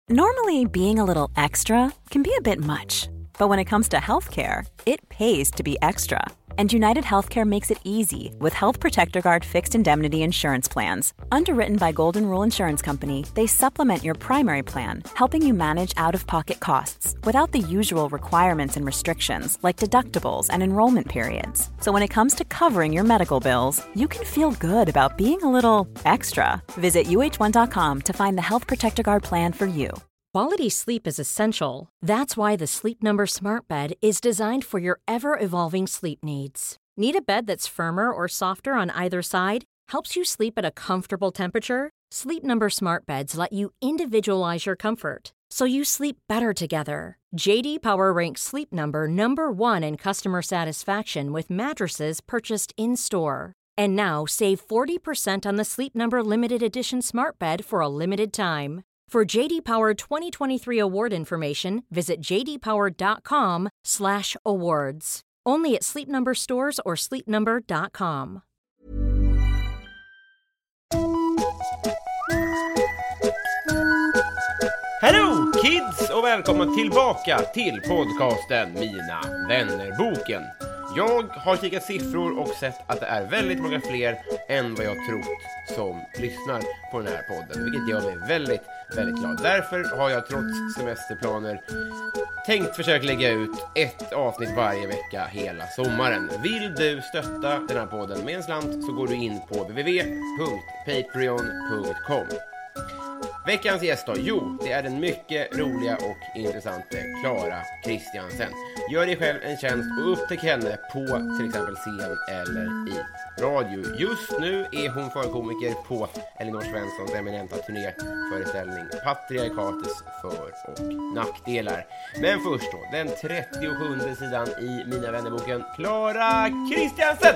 Normally, being a little extra can be a bit much, but when it comes to healthcare, it pays to be extra. And United Healthcare makes it easy with Health Protector Guard fixed indemnity insurance plans. Underwritten by Golden Rule Insurance Company, they supplement your primary plan, helping you manage out-of-pocket costs without the usual requirements and restrictions like deductibles and enrollment periods. So when it comes to covering your medical bills, you can feel good about being a little extra. Visit uh1.com to find the Health Protector Guard plan for you. Quality sleep is essential. That's why the Sleep Number Smart Bed is designed for your ever-evolving sleep needs. Need a bed that's firmer or softer on either side? Helps you sleep at a comfortable temperature? Sleep Number Smart Beds let you individualize your comfort, so you sleep better together. JD Power ranks Sleep Number #1 in customer satisfaction with mattresses purchased in-store. And now, save 40% on the Sleep Number Limited Edition Smart Bed for a limited time. For JD Power 2023 award information, visit jdpower.com/awards. Only at Sleep Number stores or sleepnumber.com. Hello kids och välkomna tillbaka till podcasten Mina vännerboken. Jag har kikat siffror och sett att det är väldigt många fler än vad jag trott som lyssnar på den här podden, vilket gör mig väldigt, väldigt glad. Därför har jag trots semesterplaner tänkt försöka lägga ut ett avsnitt varje vecka hela sommaren. Vill du stötta den här podden med en slant så går du in på www.patreon.com. Veckans gäst då? Jo, det är den mycket roliga och intressanta Clara Kristiansen. Gör dig själv en tjänst och upptäck henne på till exempel scen eller i radio. Just nu är hon förkomiker på Elinor Svenssons eminenta turnéföreställning Patriarkatets för- och nackdelar. Men först då, den 37:e sidan i Mina vännerboken, Clara Kristiansen!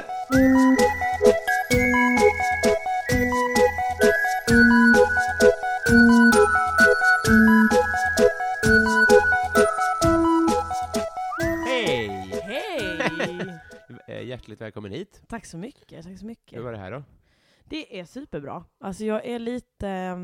Hjärtligt välkommen hit. Tack så mycket, tack så mycket. Hur var det här då? Det är superbra. Alltså jag är lite...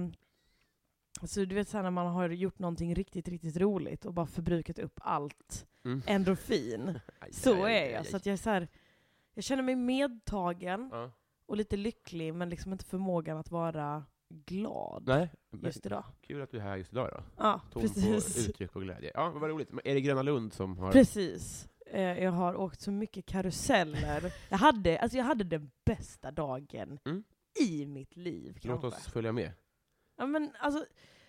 Alltså du vet så här, när man har gjort någonting riktigt, riktigt roligt och bara förbrukat upp allt endorfin. Så är jag. Så att jag är så här, jag känner mig medtagen och lite lycklig, men liksom inte förmågan att vara glad. Nej, just idag. Kul att du är här just idag då. Ja, Tom precis. på uttryck och glädje. Ja, vad roligt. Men är det Gröna Lund som har... Precis. Jag har åkt så mycket karuseller. Jag hade den bästa dagen i mitt liv. Låt oss följa med. Ja, men alltså,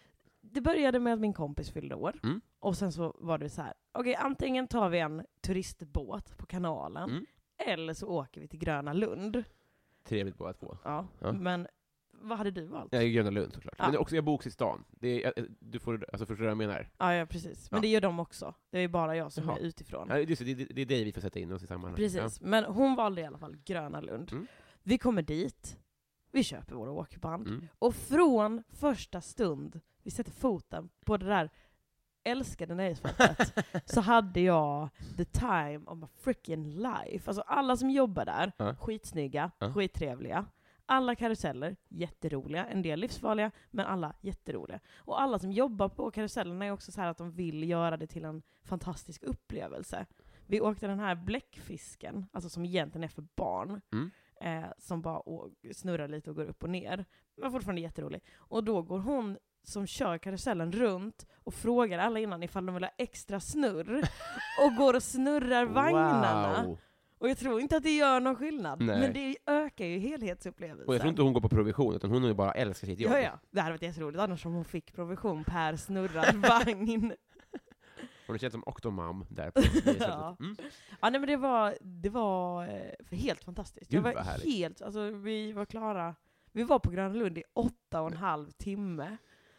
det började med att min kompis fyllde år. Och sen så var det så här. Okej, antingen tar vi en turistbåt på kanalen. Eller så åker vi till Gröna Lund. Trevligt båda två. Ja, men vad hade du valt? Jag är Gröna Lund såklart. Ja. Men också jag bor i stan. Du får alltså förstå vad jag menar. Ja, precis. Men det gör de också. Det är bara jag som är utifrån. Ja, det är dig vi får sätta in oss i sammanhang. Precis. Ja. Men hon valde i alla fall Gröna Lund. Vi kommer dit. Vi köper våra åkband. Och från första stund vi sätter foten på det där älskade nöjesfältet så hade jag the time of my freaking life. Alltså alla som jobbar där, skitsnygga, skittrevliga. Alla karuseller, jätteroliga. En del livsfarliga, men alla jätteroliga. Och alla som jobbar på karusellerna är också så här att de vill göra det till en fantastisk upplevelse. Vi åkte den här bläckfisken, alltså som egentligen är för barn. Som bara snurrar lite och går upp och ner. Men fortfarande jätterolig. Och då går hon som kör karusellen runt och frågar alla innan ifall de vill ha extra snurr. Och går och snurrar vagnarna. Wow. Och jag tror inte att det gör någon skillnad. Nej. Men det ökar ju helhetsupplevelsen. Och jag tror inte hon går på provision, utan hon bara älskar sitt jobb. Ja. Det hade varit jätteroligt annars om hon fick provision per snurrad vagn. Hon känns som Octomom där på Ja, nej, men det var helt fantastiskt. Gud, jag vad var härligt. helt, alltså vi var klara. Vi var på Gröna Lund i 8,5 timme.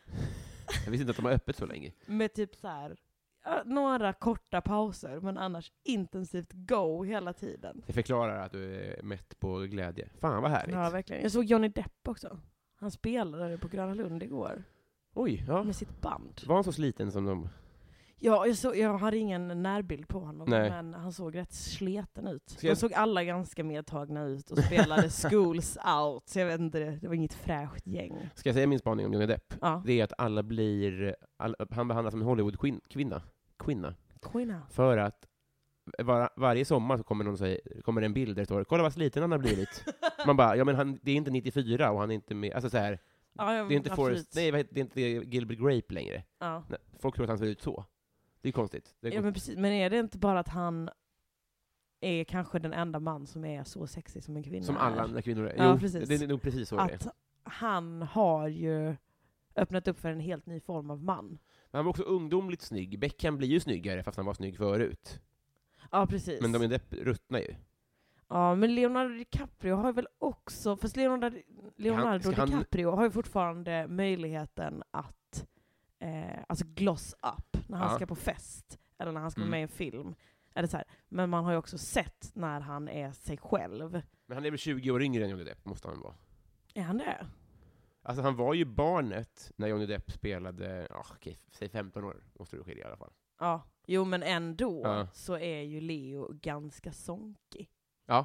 Jag visste inte att de har öppet så länge. Med typ så här några korta pauser, men annars intensivt go hela tiden. Det förklarar att du är mätt på glädje. Fan vad härligt. Ja, verkligen. Jag såg Johnny Depp också. Han spelade på Gröna Lund igår. Oj, ja. Med sitt band. Var han så sliten som de... Ja, jag hade ingen närbild på honom, Nej. men han såg rätt sleten ut. jag- De såg alla ganska medtagna ut och spelade Schools Out, så jag vet inte, det var inget fräscht gäng. Ska jag säga min spaning om Johnny Depp? Ja. Det är att han behandlas som en Hollywood-kvinna. Kvinna. För att varje sommar så kommer en bild där det står kolla vad sliten han har blivit. Man bara, ja men det är inte 94 och han är inte med, alltså så här, Ja, det är inte Forrest, nej det är inte Gilbert Grape längre. Ja. Nej, folk tror att han ser ut så. Det är konstigt. Det är Ja, men precis. Men är det inte bara att han är kanske den enda man som är så sexig som en kvinna som alla är? andra kvinnor är. Ja, Jo, precis. det är nog precis så det är. Att han har ju öppnat upp för en helt ny form av man. Men han var också ungdomligt snygg. Beckham blir ju snyggare fast han var snygg förut. Ja, precis. Men Johnny Depp ruttnar ju. Ja, men Leonardo DiCaprio har väl också, fast Leonardo DiCaprio har ju fortfarande möjligheten att alltså gloss up när han ska på fest eller när han ska vara med i en film. Eller så här. Men man har ju också sett när han är sig själv. Men han är väl 20 år yngre än Johnny Depp, måste han vara. Är han det? Alltså han var ju barnet när Johnny Depp spelade, säg 15 år, måste du skilja i alla fall. Ja, jo men ändå så är ju Leo ganska sonkig. Ja.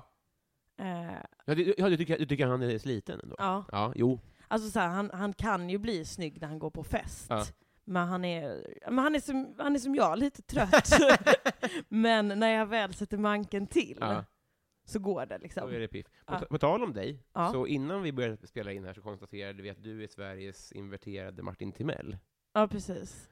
Du tycker han är sliten ändå? Ja. Ja, jo. Alltså så här, han kan ju bli snygg när han går på fest. Ja. Men han är som jag, lite trött. Men när jag väl sätter manken till så går det liksom. Så är det piff. På tal om dig, så innan vi började spela in här så konstaterade vi att du är Sveriges inverterade Martin Timell. Ja, precis.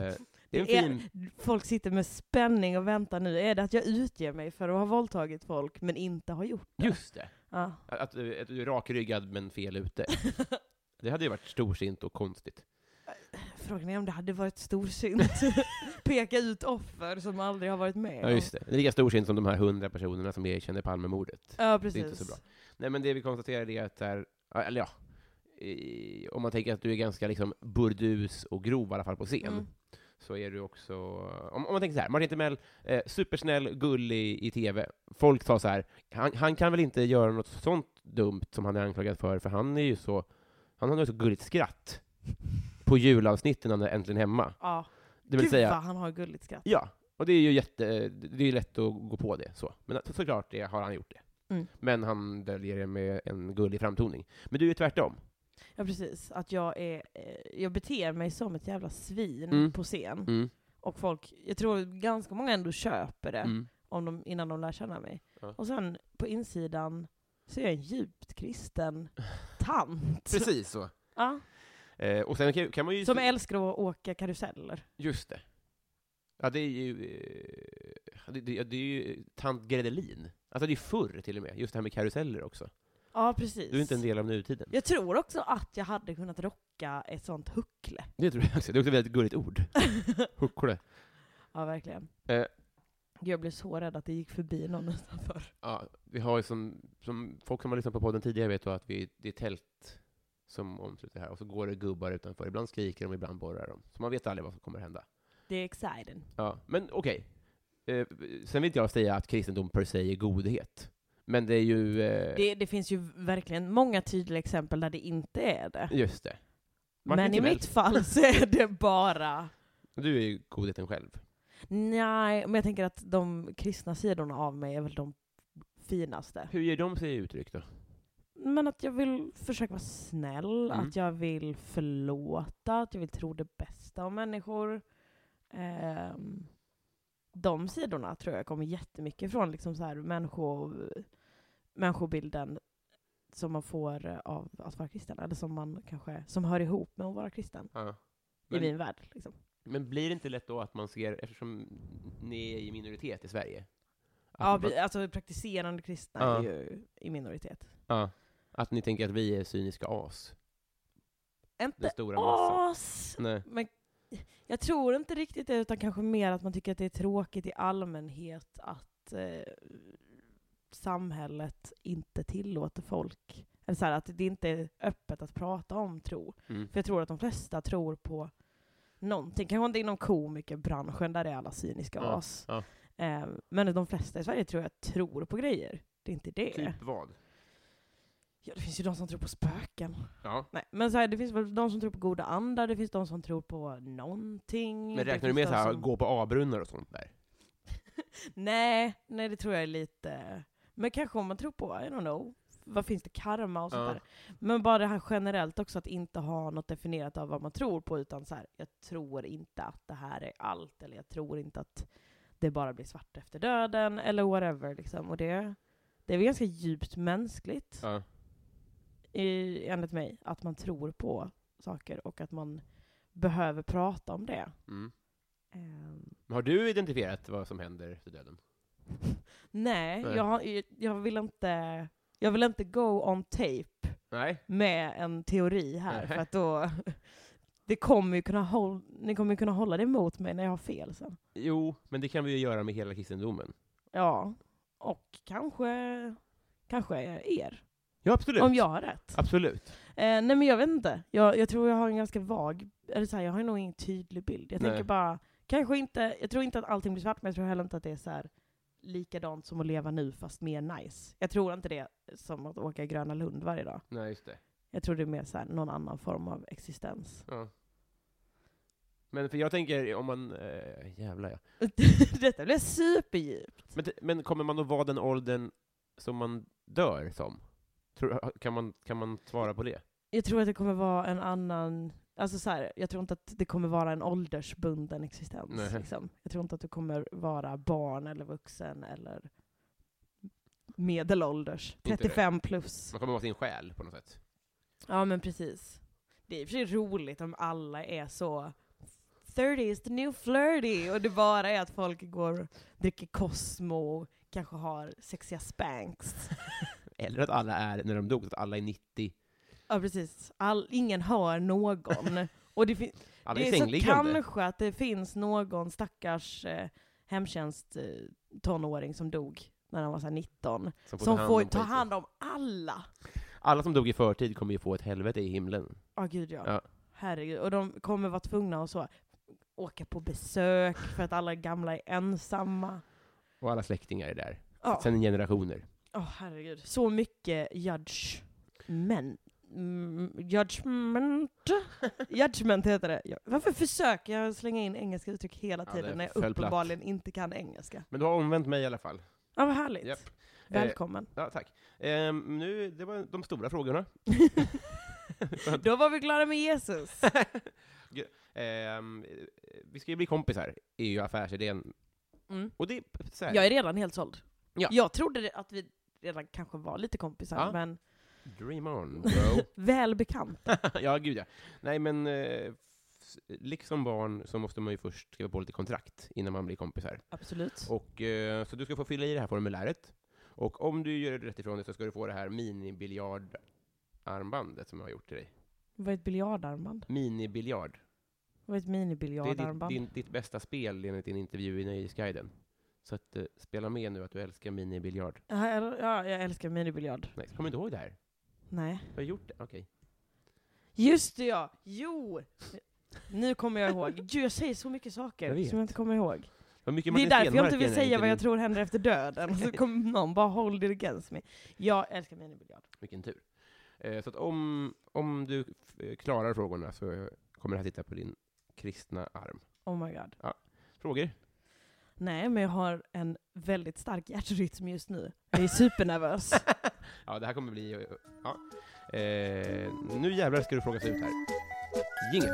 Folk sitter med spänning och väntar nu. Är det att jag utger mig för att ha våldtagit folk men inte har gjort det? Just det. Ja. Att du är rakryggad men fel ute. Det hade ju varit storsint och konstigt. Frågan är om det hade varit storsint. Peka ut offer som aldrig har varit med. Ja, just det. Det är lika storsint som de här 100 personerna som erkände Palmemordet. Ja, precis. Det är inte så bra. Nej, men det vi konstaterar är att om man tänker att du är ganska liksom burdus och grov i alla fall på scen, så är du också, om man tänker så här, Martin Timell, supersnäll, gullig i tv. Folk sa så här, han kan väl inte göra något sånt dumt som han är anklagad för han är ju så, han har ju så gulligt skratt på julavsnitten när han är äntligen hemma. Ja. Det vill säga, han har gulligt skratt. Ja, och det är ju det är lätt att gå på det så. Men såklart har han gjort det. Men han döljer det med en gullig framtoning. Men du är ju tvärtom. Ja, precis. Att jag beter mig som ett jävla svin på scen. Och folk, jag tror ganska många ändå köper det innan de lär känna mig. Ja. Och sen på insidan så är jag en djupt kristen tant. Precis så. Ja. Och sen kan man ju... Som älskar att åka karuseller. Just det. Ja, det är ju... Det är ju tant Gredelin. Alltså det är förr till och med. Just det här med karuseller också. Ja, precis. Du är inte en del av nutiden. Jag tror också att jag hade kunnat rocka ett sånt huckle. Det tror jag också. Det är också ett väldigt gulligt ord. Huckle. Ja, verkligen. Jag blev så rädd att det gick förbi någon utanför. Ja, vi har ju som folk som har lyssnat på podden tidigare vet då att det är tält som omsluter här. Och så går det gubbar utanför. Ibland skriker de, ibland borrar de. Så man vet aldrig vad som kommer hända. Det är exciting. Ja, men okej. Sen vill inte jag säga att kristendom per se är godhet. Men det är ju... Det finns ju verkligen många tydliga exempel där det inte är det. Just det. Men i mitt fall så är det bara... Du är ju godheten själv. Nej, men jag tänker att de kristna sidorna av mig är väl de finaste. Hur ger de sig uttryck då? Men att jag vill försöka vara snäll, att jag vill förlåta, att jag vill tro det bästa om människor. De sidorna tror jag kommer jättemycket från liksom så här människobilden som man får av att vara kristen, eller som hör ihop med att vara kristen. Ja. I min värld liksom. Men blir det inte lätt då att man ser, eftersom ni är i minoritet i Sverige? Alltså praktiserande kristna är ju i minoritet. Ja. Att ni tänker att vi är cyniska as? Inte den stora as! Nej. Men jag tror inte riktigt det, utan kanske mer att man tycker att det är tråkigt i allmänhet att samhället inte tillåter folk. Eller så här, att det inte är öppet att prata om tro. För jag tror att de flesta tror på någonting. Kanske inte inom komikerbranschen där det är alla cyniska as. Ja. Men de flesta i Sverige tror på grejer. Det är inte det. Typ vad? Ja, det finns ju de som tror på spöken. Ja. Nej, men så här, det finns väl de som tror på goda andar, det finns de som tror på någonting. Men räknar du med så här, gå på A-brunnar och sånt där? Nej, det tror jag är lite... Men kanske om man tror på, I don't know, vad finns det, karma och sånt där. Men bara det här generellt också, att inte ha något definierat av vad man tror på, utan så här, jag tror inte att det här är allt, eller jag tror inte att det bara blir svart efter döden, eller whatever liksom. Och det är väl ganska djupt mänskligt, enligt mig, att man tror på saker och att man behöver prata om det. Har du identifierat vad som händer efter döden? Nej. Jag vill inte go on tape med en teori här. För att då ni kommer ju kunna hålla det emot mig när jag har fel sen. Jo, men det kan vi ju göra med hela kristendomen. Ja, och kanske er. Ja, absolut. Om jag har rätt. Absolut. Nej, men jag vet inte. Jag tror jag har en ganska vag, eller så här, jag har nog ingen tydlig bild. Jag tänker bara, jag tror inte att allting blir svart, men jag tror heller inte att det är så här likadant som att leva nu, fast mer nice. Jag tror inte det är som att åka Gröna Lund varje dag. Nej, just det. Jag tror det är mer så här, någon annan form av existens. Ja. Men för jag tänker, om man... jävlar ja. Detta blir superdjupt. Men kommer man att vara den åldern som man dör som? Kan man svara på det? Jag tror att det kommer vara en annan... Alltså så här, jag tror inte att det kommer vara en åldersbunden existens. Liksom. Jag tror inte att du kommer vara barn eller vuxen eller medelålders. 35 plus. Man kommer vara sin själ på något sätt. Ja, men precis. Det är i och för sig roligt om alla är så 30 is the new flirty, och det bara är att folk går och dricker Cosmo, kanske har sexiga spanks. Eller att alla är, när de dog, att alla är 90. Ja, precis. Ingen hör någon. Och det är så kanske att det finns någon stackars hemtjänst tonåring som dog när han var så här 19. Som får ta hand om alla. Alla som dog i förtid kommer ju få ett helvete i himlen. Gud ja. Herregud. Och de kommer vara tvungna att så åka på besök för att alla gamla är ensamma. Och alla släktingar är där. Ja. Sen generationer. Herregud. Så mycket judgment heter det. Varför försöker jag slänga in engelska uttryck hela tiden när jag uppenbarligen inte kan engelska? Men du har omvänt mig i alla fall. Ja, vad härligt. Yep. Välkommen. Ja, tack. Nu, det var de stora frågorna. Då var vi klara med Jesus. Vi ska ju bli kompisar, är ju affärsidén. Och det är så här. Jag är redan helt såld. Ja. Jag trodde att vi redan kanske var lite kompisar, men... Dream on, bro. Väl bekant. Ja, gud ja. Nej, men liksom barn så måste man ju först skriva på lite kontrakt innan man blir kompisar. Absolut. Och så du ska få fylla i det här formuläret. Och om du gör det rätt ifrån det så ska du få det här mini-biljardarmbandet som jag har gjort till dig. Vad är ett biljardarmband? Mini-biljard. Vad är ett mini-biljardarmband? Det är ditt bästa spel enligt din intervju i Nöjesguiden. Så att spela med nu att du älskar mini-biljard. Ja, jag älskar mini-biljard. Nej, kommer du inte ihåg det här? Nej. Du har gjort det? Okej. Just det, ja. Jo! Nu kommer jag ihåg. Gud, jag säger så mycket saker som jag inte kommer ihåg. Det är därför jag inte vill säga vad jag tror händer efter döden. Så kommer någon bara hold it against me. Jag älskar mini-biljard. Vilken tur. Så att om du klarar frågorna så kommer det här sitta på din kristna arm. Oh my god. Ja. Frågor? Nej, men jag har en väldigt stark hjärtrytm just nu. Jag är supernervös. Ja, det här kommer bli... Ja. Nu jävlar ska du frågas ut här. Jingle.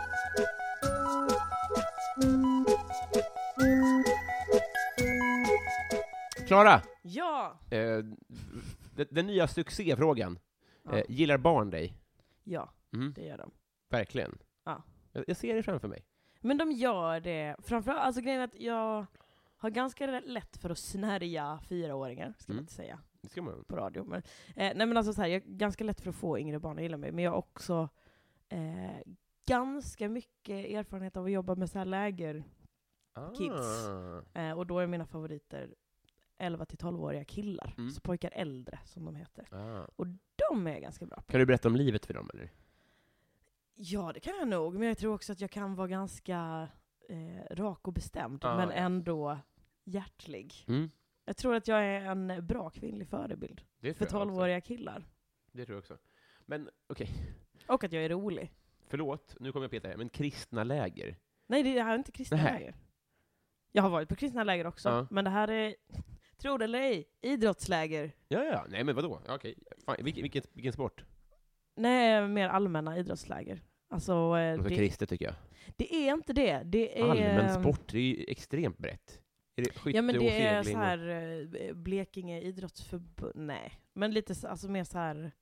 Klara! Ja! Den nya succéfrågan. Gillar barn dig? Ja, det gör de. Verkligen? Ja. Jag ser det framför mig. Men de gör det. Framförallt, alltså grejen är att jag har ganska lätt för att snärja 4-åringar, ska man inte säga. Det ska man. På radio. Men, nej, men alltså så här, jag är ganska lätt för att få yngre barn att gilla mig. Men jag har också ganska mycket erfarenhet av att jobba med så här lägerkids. Och då är mina favoriter 11-12-åriga killar. Så pojkar äldre, som de heter. Och de är ganska bra. Kan du berätta om livet för dem, eller? Ja, det kan jag nog. Men jag tror också att jag kan vara ganska rak och bestämd. Men ändå hjärtlig. Jag tror att jag är en bra kvinnlig förebild för 12-åriga killar. Det tror jag också. Men okej, Och att jag är rolig. förlåt, nu kommer jag peta här, men kristna läger. Nej, det här är inte kristna Nähä. läger. Jag har varit på kristna läger också, Ja. men det här är, tro det eller ej, idrottsläger. Ja, nej men vadå? Ja, okej. Fan, vilken sport? Nej, mer allmänna idrottsläger. Alltså, Alltså kristet tycker jag. det är inte det. Det är... Allmän sport, det är ju extremt brett. Är det skytte Ja, men och det är segling så här Blekinge idrottsförbund. Nej, men lite alltså mer så här.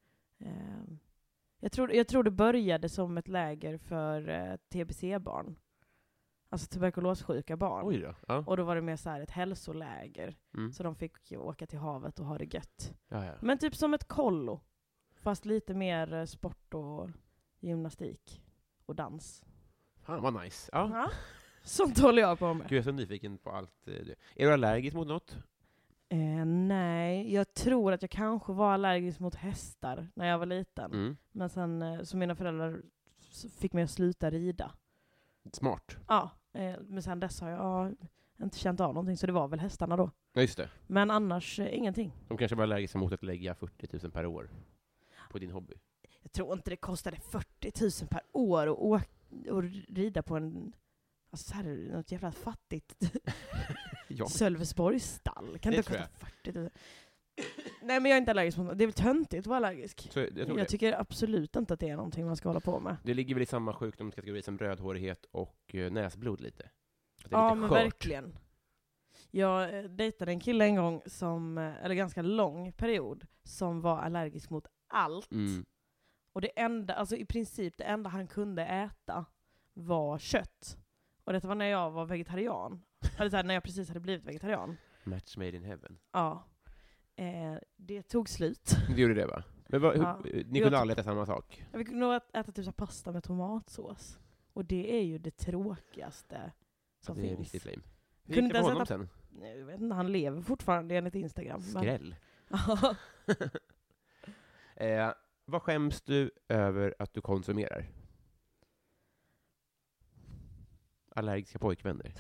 Jag tror det började som ett läger för TBC-barn. Alltså tuberkulossjuka barn. Oj då. Ja. Och då var det mer så här ett hälsoläger. Mm. Så de fick ju åka till havet och ha det gött. Ja. Men typ som ett kollo. Fast lite mer sport och gymnastik. Och dans. Fan vad nice. Ja. Ja. Sånt håller jag på med. Gud, jag är så nyfiken på allt. Är du allergisk mot något? Nej, jag tror att jag kanske var allergisk mot hästar när jag var liten. Mm. Men sen så mina föräldrar fick mig att sluta rida. Smart. Ja, men sen dess har jag inte känt av någonting, så det var väl hästarna då. Ja, just det. Men annars ingenting. De kanske var allergiska mot att lägga 40 000 per år på din hobby. Jag tror inte det kostade 40 000 per år och rida på en, alltså så här, något jävla fattigt Ja. Sölvesborgsstall. Kan Det inte tror kosta 40 000. Nej, men jag är inte allergisk mot det. Det är väl töntigt att vara allergisk. Så jag tror Jag det. tycker absolut inte att det är någonting man ska hålla på med. Det ligger väl i samma sjukdomskategori som rödhårighet och näsblod lite. Att det är Ja, lite men skört. verkligen. Jag dejtade en kille en gång som, eller ganska lång period, som var allergisk mot allt. Mm. Och det enda, alltså i princip det enda han kunde äta var kött. Och detta var när jag var vegetarian. Eller så här, när jag precis hade blivit vegetarian. Match made in heaven. Ja. Det tog slut. Det gjorde det, va? Men Ja. ni kunde aldrig äta samma sak? Vi kunde nog äta typ så här pasta med tomatsås. Och det är ju det tråkigaste som Det är finns. riktigt lame. Det Kunde gick det inte för ens honom äta- sen? Nej, jag vet inte, han lever fortfarande enligt Instagram. men- Skräll. Ja. Vad skäms du över att du konsumerar? Allergiska pojkvänner.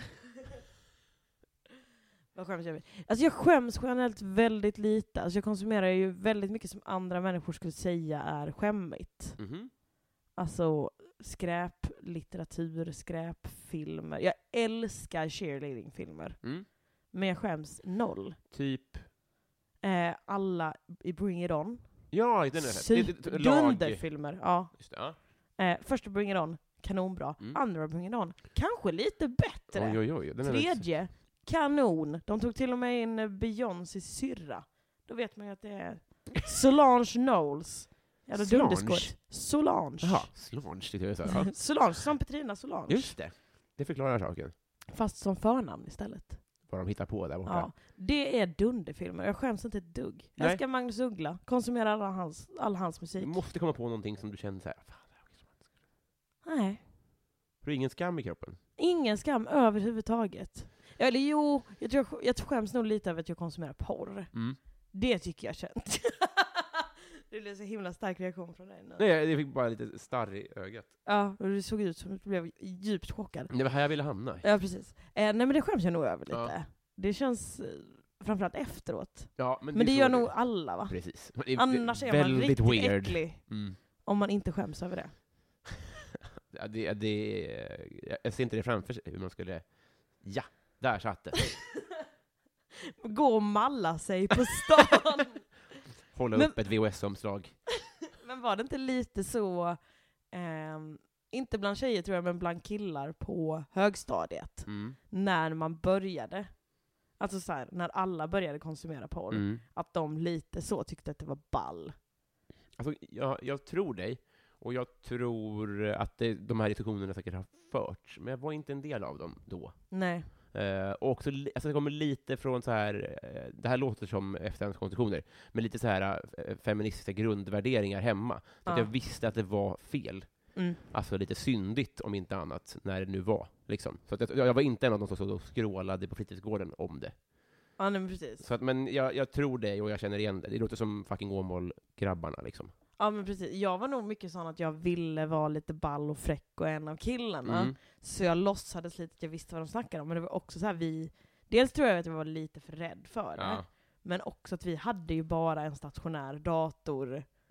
Vad skäms jag över? Alltså jag skäms generellt väldigt lite. Alltså jag konsumerar ju väldigt mycket som andra människor skulle säga är skämmigt. Mhm. Alltså skräplitteratur, skräpfilmer. Jag älskar cheerleading-filmer. Mm. Men jag skäms noll. Typ... Alla i Bring It On. Ja, den är lag. Dunderfilmer. Ja. Just det, ja. Första Bring It On, kanonbra. Mm. Andra Bring It On, kanske lite bättre. Oj. Den är Tredje, kanon. De tog till och med in Beyoncés syrra. Då vet man ju att det är Solange Knowles. Jävla Solange? dunderskott. Solange. Jaha, Solange tyckte jag sa. Ja. Solange, som Petrina Solange. Just det. Det förklarar saken. Fast som förnamn istället. Vad de hittar på där borta. Ja. Det är dunderfilmer. Jag skäms inte ett dugg. Jag Nej. älskar Magnus Uggla. Konsumerar all hans musik. Du måste komma på någonting som du känner så här. Fan, det här var så. Nej. Har du ingen skam i kroppen? Ingen skam överhuvudtaget. Eller jo, jag skäms nog lite över att jag konsumerar porr. Mm. Det tycker jag känns. Det blev så himla stark reaktion från dig nu. Nej, jag fick bara lite starr i ögat. Ja, och det såg ut som att du blev djupt chockad. Det var här jag ville hamna. Ja, precis. Nej, men det skäms jag nog över lite. Ja. Det känns framförallt efteråt. Ja, Men det är gör så nog alla, va? Precis. Men det Annars är man väldigt riktigt weird. äcklig. Mm. Om man inte skäms över det. Ja, jag ser inte det framför sig hur man skulle... Ja, där satt det. Gå och malla sig på stan. Hålla Men- upp ett VHS-omslag. Men var det inte lite så, inte bland tjejer tror jag, men bland killar på högstadiet, Mm. när man började, alltså så här, när alla började konsumera porr, Mm. att de lite så tyckte att det var ball. Alltså, jag tror dig, och jag tror att de här diskussionerna säkert har förts, men jag var inte en del av dem då. Nej. Och också, alltså det kommer lite från så här, det här låter som efterhandskonstruktioner, men lite så här feministiska grundvärderingar hemma. Så att Ja. jag visste att det var fel. Mm. Alltså lite syndigt, om inte annat, när det nu var. Liksom. Så att jag var inte en av de som stod och skrålade på fritidsgården om det. Ja, nej, men precis. Så att, men jag tror det, och jag känner igen det. Det låter som fucking Åmål-grabbarna, liksom. Ja, men precis. Jag var nog mycket sån att jag ville vara lite ball och fräck och en av killarna. Mm. Så jag låtsades lite att jag visste vad de snackade om. Men det var också så här, dels tror jag att jag var lite för rädd för det. Ja. Men också att vi hade ju bara en stationär dator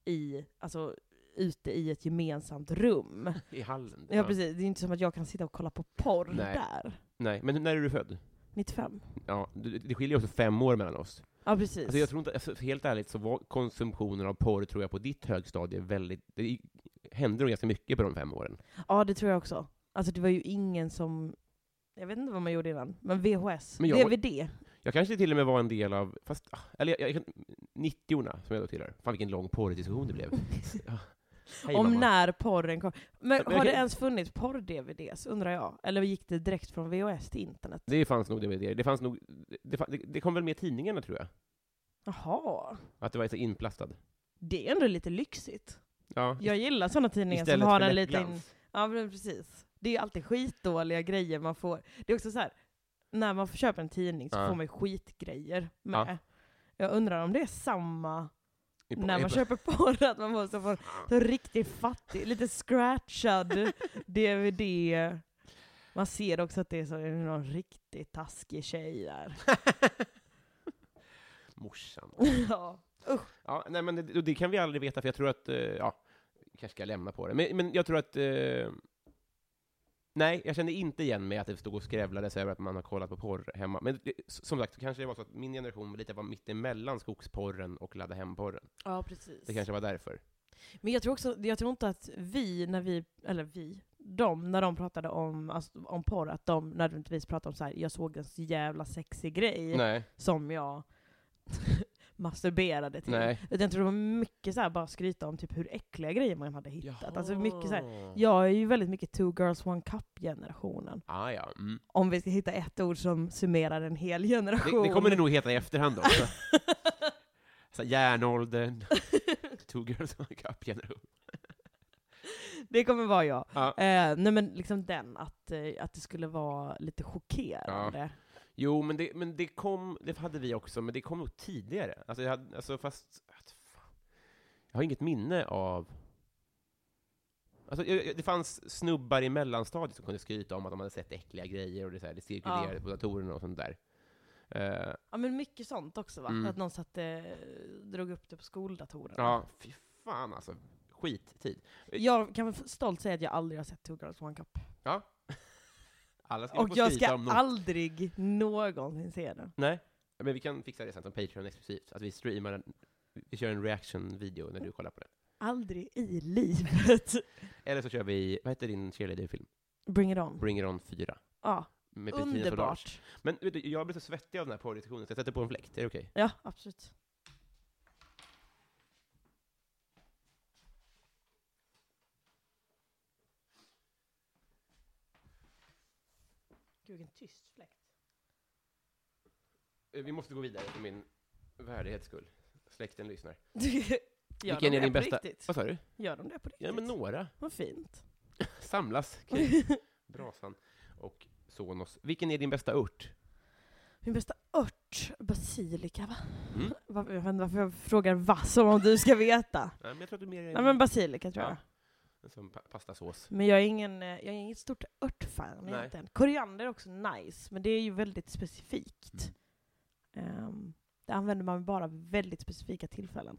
ute i ett gemensamt rum. I hallen. Ja, precis. Det är inte som att jag kan sitta och kolla på porr där. Nej, men när är du född? 95. Ja, det skiljer också 5 år mellan oss. Ja, precis. Alltså jag tror inte, helt ärligt så var konsumtionen av porr, tror jag, på ditt högstadie väldigt... Det hände nog ganska mycket på de 5 åren. Ja, det tror jag också. Alltså det var ju ingen som... Jag vet inte vad man gjorde innan. Men VHS, Men DVD. Jag kanske till och med var en del av... Eller 90-orna som jag då tillhör. Fan vilken lång porrdiskussion det blev. Ja. Hej, Om mamma. när porren kom. Men Men har det kan- ens funnits porr-DVDs, undrar jag? Eller gick det direkt från VHS till internet? Det fanns nog DVD. Det fanns nog... Det kom väl med tidningarna, tror jag. Jaha. Att det var så inplastad. Det är ändå lite lyxigt. Ja. Jag gillar sådana tidningar som Istället har för en liten... lättglans. Ja, men precis. Det är ju alltid skitdåliga grejer man får. Det är också så här, när man köper en tidning så Ja. får man ju skitgrejer med. Ja. Jag undrar om det är samma när man I- köper porr, att man måste få så riktigt fattig, lite scratchad DVD. Man ser också att det är så någon riktigt taskig tjej där. Morsan. Ja. Ja, nej, men det kan vi aldrig veta, för jag tror att... kanske ska jag lämna på det. Men jag tror att... nej, jag kände inte igen mig att det stod och skrävlades över att man har kollat på porr hemma. Men som sagt, kanske det var så att min generation lite var mitt emellan skogsporren och ladda hem-porren. Ja, precis. Det kanske var därför. Men jag tror inte att när de pratade om porr, att de nödvändigtvis pratade om så här: jag såg en så jävla sexig grej Nej. som jag masturberade till. Nej. Utan jag tror det var mycket så här, bara skryta om typ hur äckliga grejer man hade hittat. Jaha. Alltså mycket så här, jag är ju väldigt mycket 2 girls 1 cup-generationen. Ah, ja. Mm. Om vi ska hitta ett ord som summerar en hel generation. Det kommer det nog heta i efterhand också. Så järnåldern. 2 girls 1 cup generation. Det kommer vara jag. Ja. Nej, men liksom att det skulle vara lite chockerande. Jo, men det hade vi också, men det kom nog tidigare. Alltså, jag har inget minne av... Alltså, det fanns snubbar i mellanstadiet som kunde skryta om att de hade sett äckliga grejer och det cirkulerade på datorerna och sånt där. Ja, men mycket sånt också, va? Mm. Att någon drog upp det på skoldatorerna. Ja, fy fan alltså. Skittid. Jag kan väl stolt säga att jag aldrig har sett 2 girls 1 cup. Ja. Alla ska Och få jag skryta ska om något. aldrig någonsin se den. Nej, men vi kan fixa det sen som Patreon exklusivt. Att vi streamar vi kör en reaction-video när du kollar på det. Aldrig i livet. Eller så kör vi, vad heter din cheerleader-film? Bring it on. Bring It On 4. Ja, Med Petrina Solange. underbart. Men vet du, jag blir så svettig av den här porrdiskussionen så jag sätter på en fläkt. Är det okej? Ja, absolut. Gud, vilken tyst fläkt. Vi måste gå vidare för min värdighets skull. Släkten lyssnar. Gör Vilken de är det din på bästa? riktigt? Vad sa du? Gör de det på riktigt? Ja, men några. Vad fint. Samlas kring brasan och Sonos. Vilken är din bästa ört? Min bästa ört, basilika, va? Mm. Jag vet inte varför jag frågar vad som om du ska veta. Nej, men jag tror att du är mer... Nej, men basilika tror jag. Som pastasås. Men jag är inget stort örtfan Nej. egentligen. Koriander är också nice, men det är ju väldigt specifikt. Det använder man bara vid väldigt specifika tillfällen.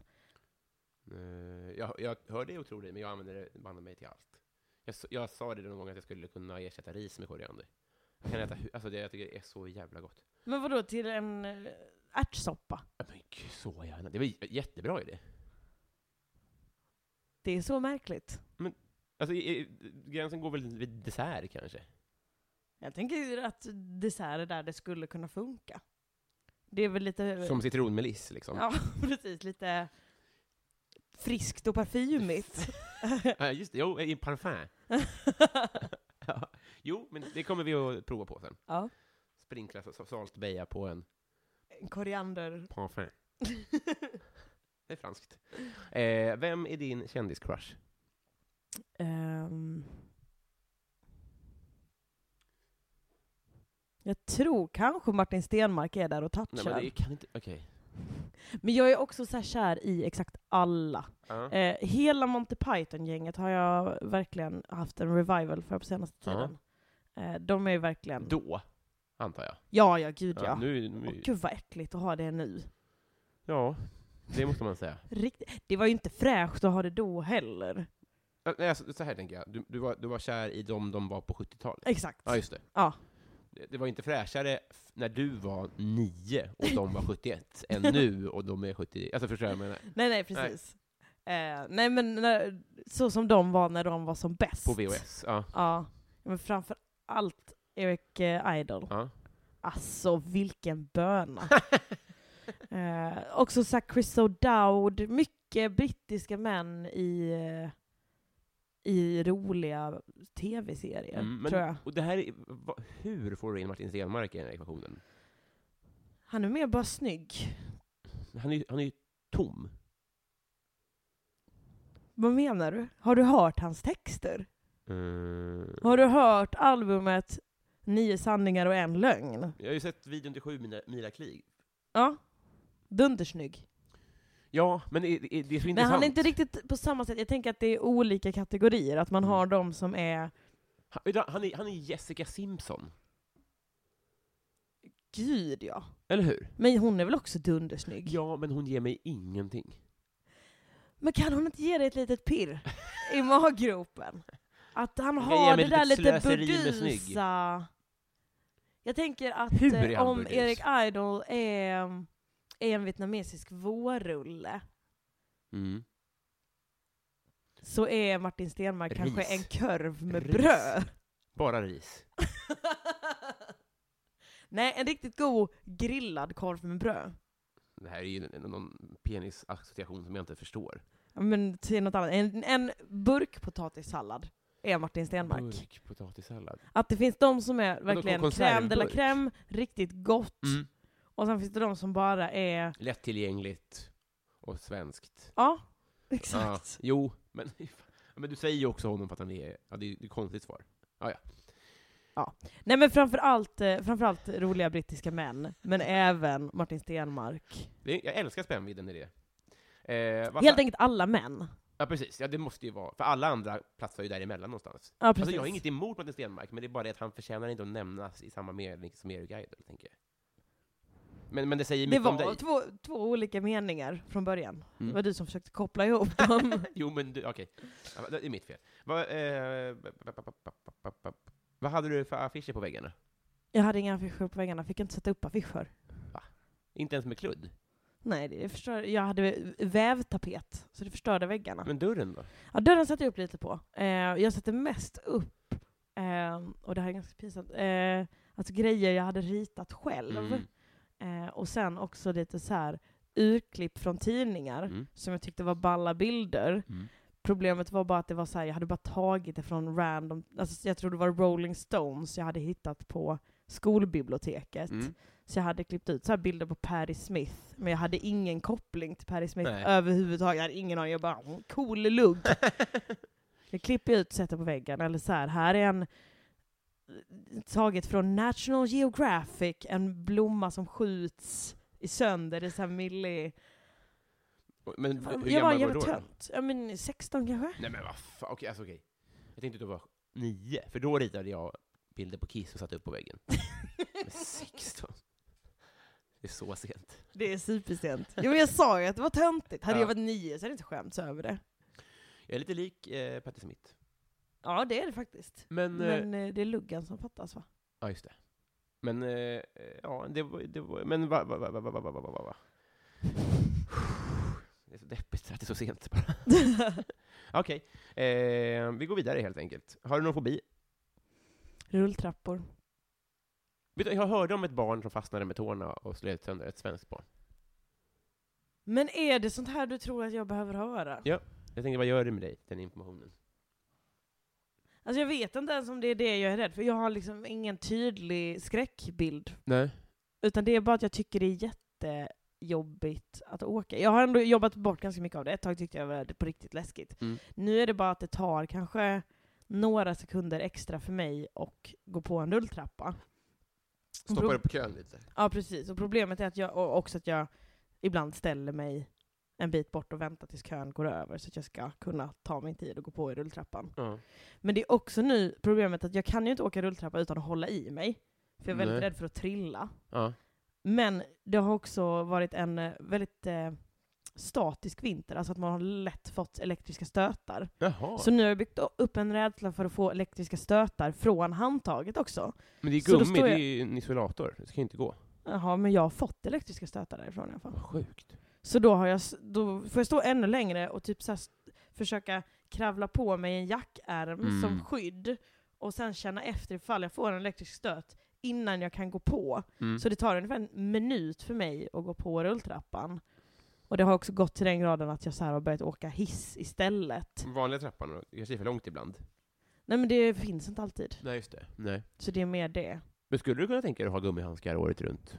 Jag hör det och tror det, men jag använder det banne mig till allt. Jag sa det någon gång att jag skulle kunna ersätta ris med koriander. Jag kan äta, alltså jag tycker det är så jävla gott. Men vadå, till en ärtsoppa? Men gud, så gärna. Det var jättebra idé. Det är så märkligt. Alltså, gränsen går väl vid dessert kanske? Jag tänker att dessert är där det skulle kunna funka. Det är väl lite... Som citronmeliss liksom. Ja, precis. Lite friskt och parfymigt. Ja, just det. Jo, i parfum. Ja. Jo, men det kommer vi att prova på sen. Ja. Sprinkla saltbeja på en En koriander. parfum. Det är franskt. Vem är din kändiscrush? Jag tror kanske Martin Stenmark är där och Nej, touchar. men det kan inte... Okej. Men jag är också så här kär i exakt alla. Ja. Hela Monty Python-gänget har jag verkligen haft en revival för på senaste Ja. tiden. De är ju verkligen... Då, antar jag. Ja, gud ja. Nu, Och gud vad äckligt att ha det nu. ja. Det måste man säga. Det var ju inte fräscht att ha det då heller. Nej, alltså, så här tänker jag. Du var kär i de var på 70-talet. Exakt. Ja, just det. Ja. Det var inte fräschare när du var 9 och de var 71 än nu och de är 70. Alltså förstår jag menar. Nej, precis. Nej, men så som de var när de var som bäst. På VHS, ja. Ja. Men framför allt Eric Idle. Ja. Alltså, vilken böna. Också så Chris O'Dowd. Mycket brittiska män i roliga tv-serier, tror jag. Och det här hur får du in Martin Stenmarck i den här ekvationen? Han är mer bara snygg. Han är ju tom. Vad menar du? Har du hört hans texter? Har du hört albumet 9 sanningar och en lögn? Jag har ju sett videon till 7 mila krig. Ja. Dundersnygg. Ja, men det är så intressant. Men han är inte riktigt på samma sätt. Jag tänker att det är olika kategorier. Att man har de som är... Han är Jessica Simpson. Gud, ja. Eller hur? Men hon är väl också dundersnygg? Ja, men hon ger mig ingenting. Men kan hon inte ge dig ett litet pirr i maggropen? Att han har det där lite burdusa... Jag tänker att om Eric Idle är en vietnamesisk vårrulle, så är Martin Stenmarck kanske en korv med bröd. Bara ris. Nej, en riktigt god grillad korv med bröd. Det här är ju någon penisassociation som jag inte förstår. Ja, men till något annat. En burkpotatissallad är Martin Stenmarck. Burkpotatissallad. Att det finns de som är verkligen crème de la crème, riktigt gott. Och sen finns det de som bara är... lättillgängligt och svenskt. Ja, exakt. Ja, jo, men du säger ju också honom för att han är... Ja, det är ett konstigt svar. Ja. Nej, men framförallt roliga brittiska män, men även Martin Stenmarck. Jag älskar spännvidden i det. Helt enkelt alla män. Ja, precis. Ja, det måste ju vara. För alla andra platsar ju däremellan någonstans. Ja, precis. Alltså, jag har inget emot Martin Stenmarck, men det är bara det att han förtjänar inte att nämnas i samma mening som Eric Idle, tänker jag. Men det säger mycket om dig. Det var två olika meningar från början. Det var du som försökte koppla ihop dem. Jo, men okej. Ja, det är mitt fel. Vad hade du för affischer på väggarna? Jag hade inga affischer på väggarna. Fick inte sätta upp affischer. Va? Inte ens med kludd? Nej, det förstörde. Jag hade vävtapet, så det förstörde väggarna. Men dörren då? Ja, dörren satte jag upp lite på. Jag satte mest upp, och det här är ganska pinsamt, alltså grejer jag hade ritat själv. Och sen också lite så här urklipp från tidningar som jag tyckte var balla bilder. Problemet var bara att det var så här, jag hade bara tagit det från random, alltså jag tror det var Rolling Stones jag hade hittat på skolbiblioteket. Så jag hade klippt ut så här bilder på Patti Smith, men jag hade ingen koppling till Patti Smith överhuvudtaget. Jag hade ingen aning, jag bara, cool lugg. Jag klipper ut, sätter på väggen, eller så här är en taget från National Geographic, en blomma som skjuts i sönder, det är så här milli. Men hur jag var gammal var du då? tönt. Ja, men 16 kanske? Nej, men vad fan, okej. Jag tänkte att du var 9, för då ritade jag bilder på Kiss och satte upp på väggen. Men 16? Det är så sent. Det är supersent. Jo, men jag sa ju att det var töntigt. Hade jag varit 9 så hade jag inte skämts över det. Jag är lite lik Patti Smith. Ja, det är det faktiskt. Men det är luggen som fattas, va? Ja, just det. Men, ja, det var men va? Det är så deppigt att det är så sent bara. Okej, vi går vidare helt enkelt. Har du någon fobi? Rulltrappor. Jag hörde om ett barn som fastnade med tårna och slet sönder ett svenskt barn. Men är det sånt här du tror att jag behöver höra? Ja, jag tänkte, vad gör det med dig, den informationen? Alltså jag vet inte ens om det är det jag är rädd för. Jag har liksom ingen tydlig skräckbild. Nej. Utan det är bara att jag tycker det är jättejobbigt att åka. Jag har ändå jobbat bort ganska mycket av det. Ett tag tyckte jag var det på riktigt läskigt. Nu är det bara att det tar kanske några sekunder extra för mig och gå på en rulltrappa. Stoppar upp kön lite. Ja, precis. Och problemet är att jag ibland ställer mig en bit bort och väntar tills kön går över så att jag ska kunna ta min tid och gå på i rulltrappan. Men det är också nu problemet att jag kan ju inte åka rulltrappa utan att hålla i mig. För jag är väldigt rädd för att trilla. Men det har också varit en väldigt statisk vinter, alltså att man har lätt fått elektriska stötar. Jaha. Så nu har jag byggt upp en rädsla för att få elektriska stötar från handtaget också. Men det är Så då gummi, står det är ju en isolator. Det ska inte gå. Jaha, men jag har fått elektriska stötar därifrån i alla fall. Vad sjukt. Så då får jag stå ännu längre och typ så här försöka kravla på mig en jackärm som skydd och sen känna efter ifall jag får en elektrisk stöt innan jag kan gå på. Så det tar ungefär en minut för mig att gå på rulltrappan. Och det har också gått till den graden att jag så här har börjat åka hiss istället. Vanliga trappan, det kanske är för långt ibland. Nej, men det finns inte alltid. Nej, just det. Nej. Så det är mer det. Men skulle du kunna tänka dig att ha gummihandskar året runt?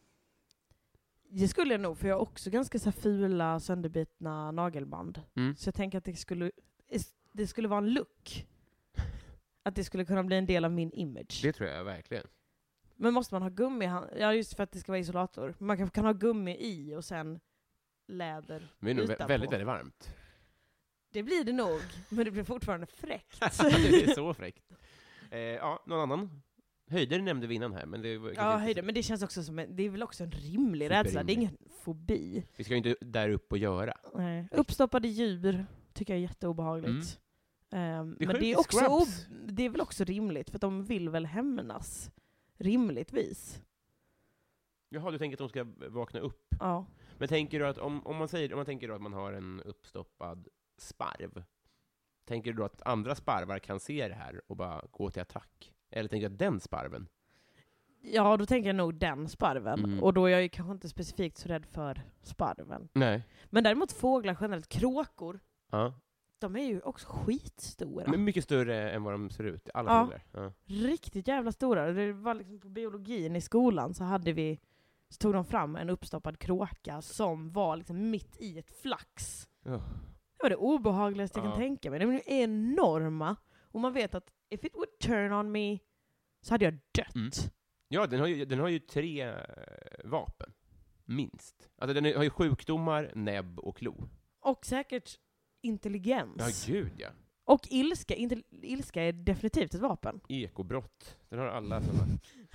Det skulle jag nog, för jag har också ganska så här fula, sönderbitna nagelband. Så jag tänker att det skulle vara en look. Att det skulle kunna bli en del av min image. Det tror jag verkligen. Men måste man ha gummi? Ja, just för att det ska vara isolator. Man kanske kan ha gummi i och sen läder Men det är nog utanpå. väldigt, väldigt varmt. Det blir det nog, men det blir fortfarande fräckt. Det är så fräckt. Någon annan? Höjder nämnde vi innan här, men det var Ja, höjder, men det känns också som det är väl också en rimlig rädsla. Det är ingen fobi. Vi ska ju inte där upp och göra. Nej. Uppstoppade djur tycker jag är jätteobehagligt. Men det är också det är väl också rimligt, för att de vill väl hämnas rimligtvis. Jaha, du tänker att de ska vakna upp? Ja. Men tänker du att om man tänker då att man har en uppstoppad sparv, tänker du då att andra sparvar kan se det här och bara gå till attack? Eller tänker du att den sparven? Ja, då tänker jag nog den sparven. Och då är jag ju kanske inte specifikt så rädd för sparven. Nej. Men däremot fåglar generellt, kråkor, Ja. de är ju också skitstora. Men mycket större än vad de ser ut. Alla fåglar. Ja. Riktigt jävla stora. Det var liksom på biologin i skolan så tog de fram en uppstoppad kråka som var liksom mitt i ett flax. Ja. Det var det obehagligaste jag kan tänka mig. De är enorma. Och man vet att if it would turn on me så hade jag dött. Ja, den har ju 3 vapen. Minst. Alltså den har ju sjukdomar, näbb och klo. Och säkert intelligens. Ja, gud ja. Och ilska. Ilska är definitivt ett vapen. Ekobrott. Den har alla sådana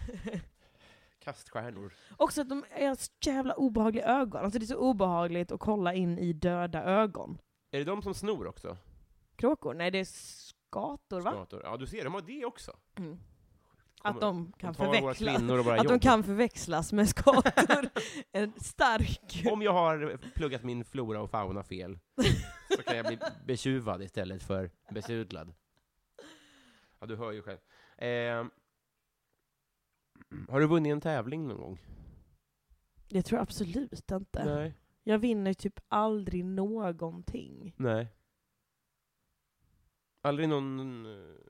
kaststjärnor. Också att de är så jävla obehagliga ögon. Alltså det är så obehagligt att kolla in i döda ögon. Är det de som snor också? Kråkor? Nej, det är skator, va? Skator. Ja, du ser, de har det också. Att de kan förväxlas med skator. En stark... Om jag har pluggat min flora och fauna fel så kan jag bli betjuvad istället för besudlad. Ja, du hör ju själv. Har du vunnit en tävling någon gång? Det tror jag absolut inte. Nej. Jag vinner typ aldrig någonting. Nej. Aldrig någon...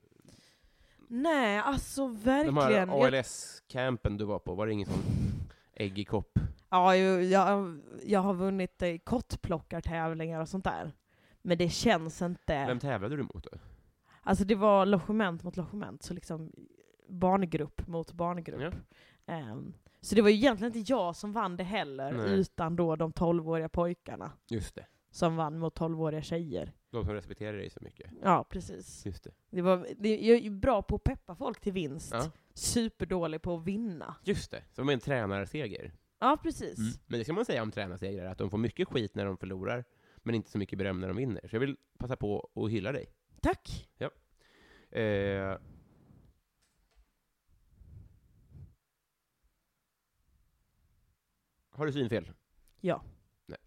Nej, alltså verkligen. De här ALS-campen du var på, var det ingen sån ägg i kopp? Ja, jag har vunnit kottplockartävlingar och sånt där. Men det känns inte... Vem tävlade du mot då? Alltså det var logement mot logement, så liksom barngrupp mot barngrupp. Ja. Så det var ju egentligen inte jag som vann det heller, utan då de 12-åriga pojkarna. Just det. Som vann mot 12-åriga tjejer. De som respekterar dig så mycket. Ja, precis. Just det. Jag är bra på att peppa folk till vinst. Ja. Superdålig på att vinna. Just det. Som en tränarseger. Ja, precis. Men det ska man säga om tränarsegrar, att de får mycket skit när de förlorar, men inte så mycket beröm när de vinner. Så jag vill passa på att hylla dig. Tack. Ja. Har du synfel? Ja. Nej.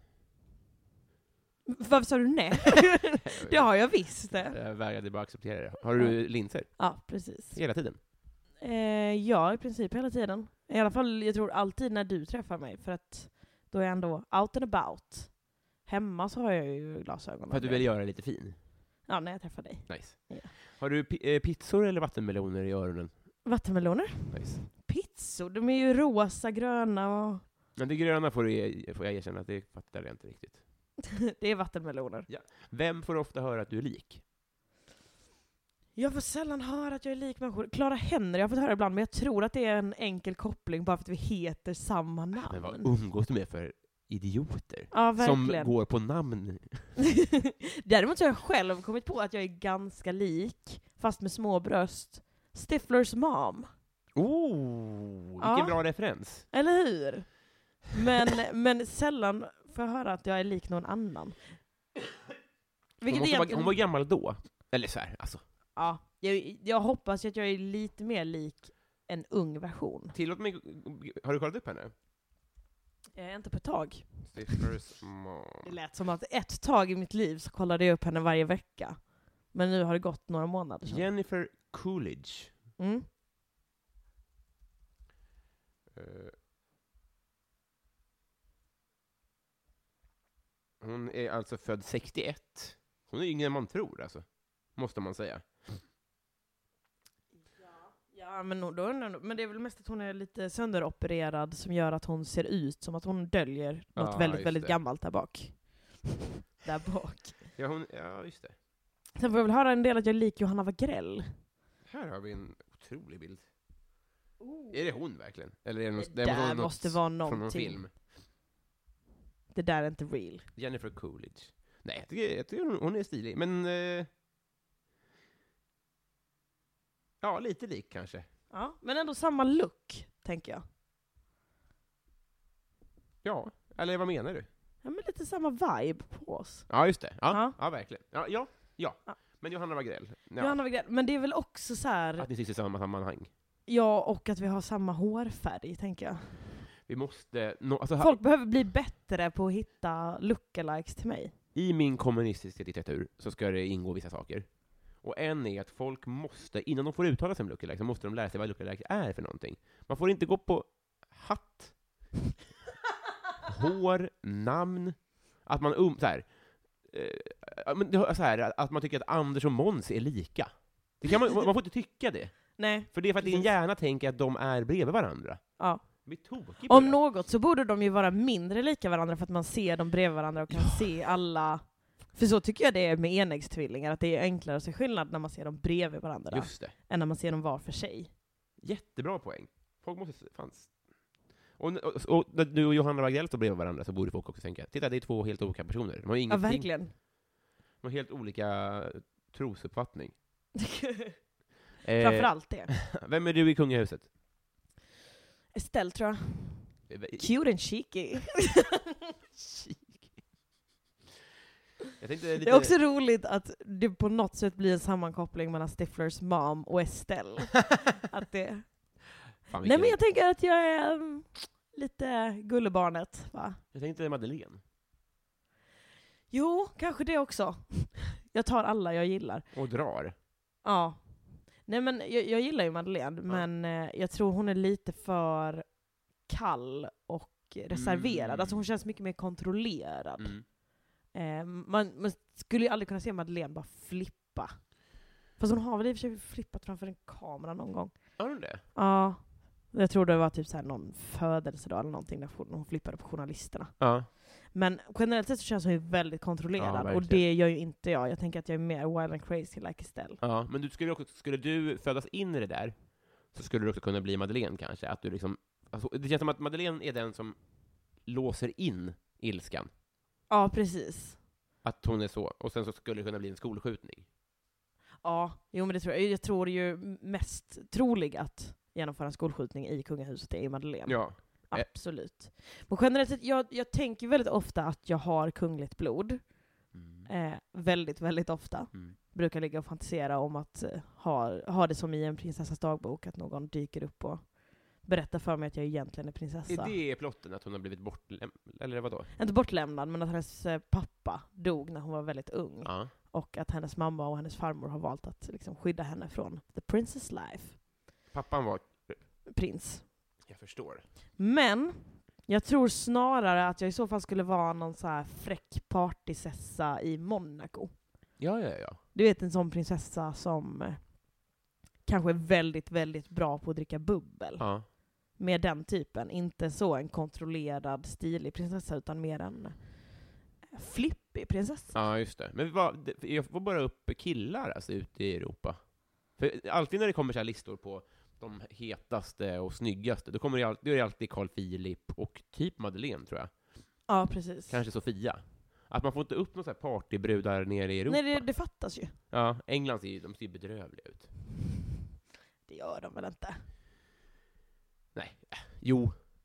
Varför sa du nej? Det har jag visst. Jag vägrade bara acceptera det. Har du linser? Ja, precis. Hela tiden? Ja, i princip hela tiden. I alla fall, jag tror alltid när du träffar mig, för att då är jag ändå out and about. Hemma så har jag ju glasögon. För att du vill göra det lite fin? Ja, när jag träffar dig. Nice. Ja. Har du pizzor eller vattenmeloner i öronen? Vattenmeloner? Nice. Pizzor? De är ju rosa, gröna och... Men det gröna får jag erkänna att det fattar jag inte riktigt. Det är vattenmeloner. Ja. Vem får ofta höra att du är lik? Jag får sällan höra att jag är lik människor. Clara Henry har fått höra ibland, men jag tror att det är en enkel koppling bara för att vi heter samma namn. Men vad umgås du med för idioter? Ja, som går på namn? Däremot så har jag själv kommit på att jag är ganska lik, fast med små bröst, Stiflers mom. Vilken bra referens. Eller hur? Men sällan får jag höra att jag är lik någon annan. Hon var gammal då. Eller så här, alltså. Ja, jag hoppas att jag är lite mer lik en ung version. Tillåt mig, har du kollat upp henne? Inte på ett tag. Stiflers mom. Det lät som att ett tag i mitt liv så kollade jag upp henne varje vecka. Men nu har det gått några månader sedan. Jennifer Coolidge. Mm. Hon är alltså född 61. Hon är yngre än man tror, alltså. Måste man säga. Ja, men det är väl mest att hon är lite sönderopererad som gör att hon ser ut som att hon döljer något väldigt gammalt där bak. Där bak. Ja, just det. Sen får jag väl höra en del att jag är lik Johanna Wagrell. Här har vi en otrolig bild. Är det hon verkligen? Eller är det där måste vara någonting. Från någon film? Det där är inte real. Jennifer Coolidge. Nej, jag tycker hon är stilig. Men... ja, lite lik kanske. Ja, men ändå samma look, tänker jag. Ja, eller vad menar du? Ja, men lite samma vibe på oss. Ja, just det. Ja, verkligen. Ja. Men Johanna Wagrell. Ja. Johanna Wagrell. Men det är väl också så här... Att ni sitter i samma sammanhang. Ja, och att vi har samma hårfärg, tänker jag. Vi måste... Folk behöver bli bättre på att hitta lookalikes till mig. I min kommunistiska diktatur så ska det ingå vissa saker. Och en är att folk måste, innan de får uttala sig om lookalike, så måste de lära sig vad lookalike är för någonting. Man får inte gå på hatt, hår, namn, att man att man tycker att Anders och Måns är lika. Det kan man får inte tycka det. Nej. För det är för att din hjärna tänker att de är bredvid varandra. Ja. Om något så borde de ju vara mindre lika varandra för att man ser dem bredvid varandra och kan se alla. För så tycker jag det är med enäggstvillingar, att det är enklare att se skillnad när man ser dem bredvid varandra. Just det. Än när man ser dem var för sig. Jättebra poäng. Folk måste... Och när du och Johanna Wagrell står bredvid varandra så borde folk också tänka, titta, det är två helt olika personer. De har ingenting, ja, verkligen. De har helt olika trosuppfattning. Framförallt det. Vem är du i kungahuset? Estelle, tror jag. Cute and cheeky. Det är också roligt att det på något sätt blir en sammankoppling mellan Stiflers mom och Estelle. Att det... Nej, men jag tänker att jag är lite gullebarnet, va? Jag tänkte Madeleine. Jo, kanske det också. Jag tar alla jag gillar. Och drar. Ja. Nej, men jag gillar ju Madeleine, men jag tror hon är lite för kall och reserverad. Alltså hon känns mycket mer kontrollerad. Man skulle ju aldrig kunna se Madeleine bara flippa. Fast hon har väl i och för sig flippat framför en kamera någon gång. Har hon det? Ja. Jag tror det var typ så här någon födelsedag eller någonting när hon flippade på journalisterna. Ja. Men generellt sett så känns hon ju väldigt kontrollerad. Och det gör ju inte jag. Jag tänker att jag är mer wild and crazy like Estelle. Ja, men skulle du födas in i det där så skulle du också kunna bli Madeleine kanske. Att du liksom, alltså, det känns som att Madeleine är den som låser in ilskan. Ja, precis. Att hon är så. Och sen så skulle det kunna bli en skolskjutning. Ja, jo, men det tror jag. Jag tror det är ju mest troligt att genomföra en skolskjutning i kungahuset är Madeleine. Ja. Absolut. Men generellt sett, jag tänker väldigt ofta att jag har kungligt blod. Väldigt, väldigt ofta. Brukar ligga och fantisera om att ha det som i en prinsessas dagbok, att någon dyker upp och berättar för mig att jag egentligen är prinsessa. Är det plotten, att hon har blivit bortlämnad? Eller vadå? Inte bortlämnad, men att hennes pappa dog när hon var väldigt ung. Ja. Och att hennes mamma och hennes farmor har valt att liksom skydda henne från the princess life. Pappan var prins. Jag förstår. Men jag tror snarare att jag i så fall skulle vara någon så här fräck partysessa i Monaco. Ja. Du vet, en sån prinsessa som kanske är väldigt, väldigt bra på att dricka bubbel. Ja. Med den typen. Inte så en kontrollerad, stilig prinsessa, utan mer en flippig prinsessa. Ja, just det. Men jag får bara upp killar alltså, ute i Europa. För alltid när det kommer så här listor på de hetaste och snyggaste, då är det alltid Carl Philip och typ Madeleine, tror jag. Ja, precis. Kanske Sofia. Att man får inte upp någon så här partybrudar nere i Europa. Nej, det fattas ju. Ja, England ser bedrövliga ut. Det gör de väl inte? Nej, jo.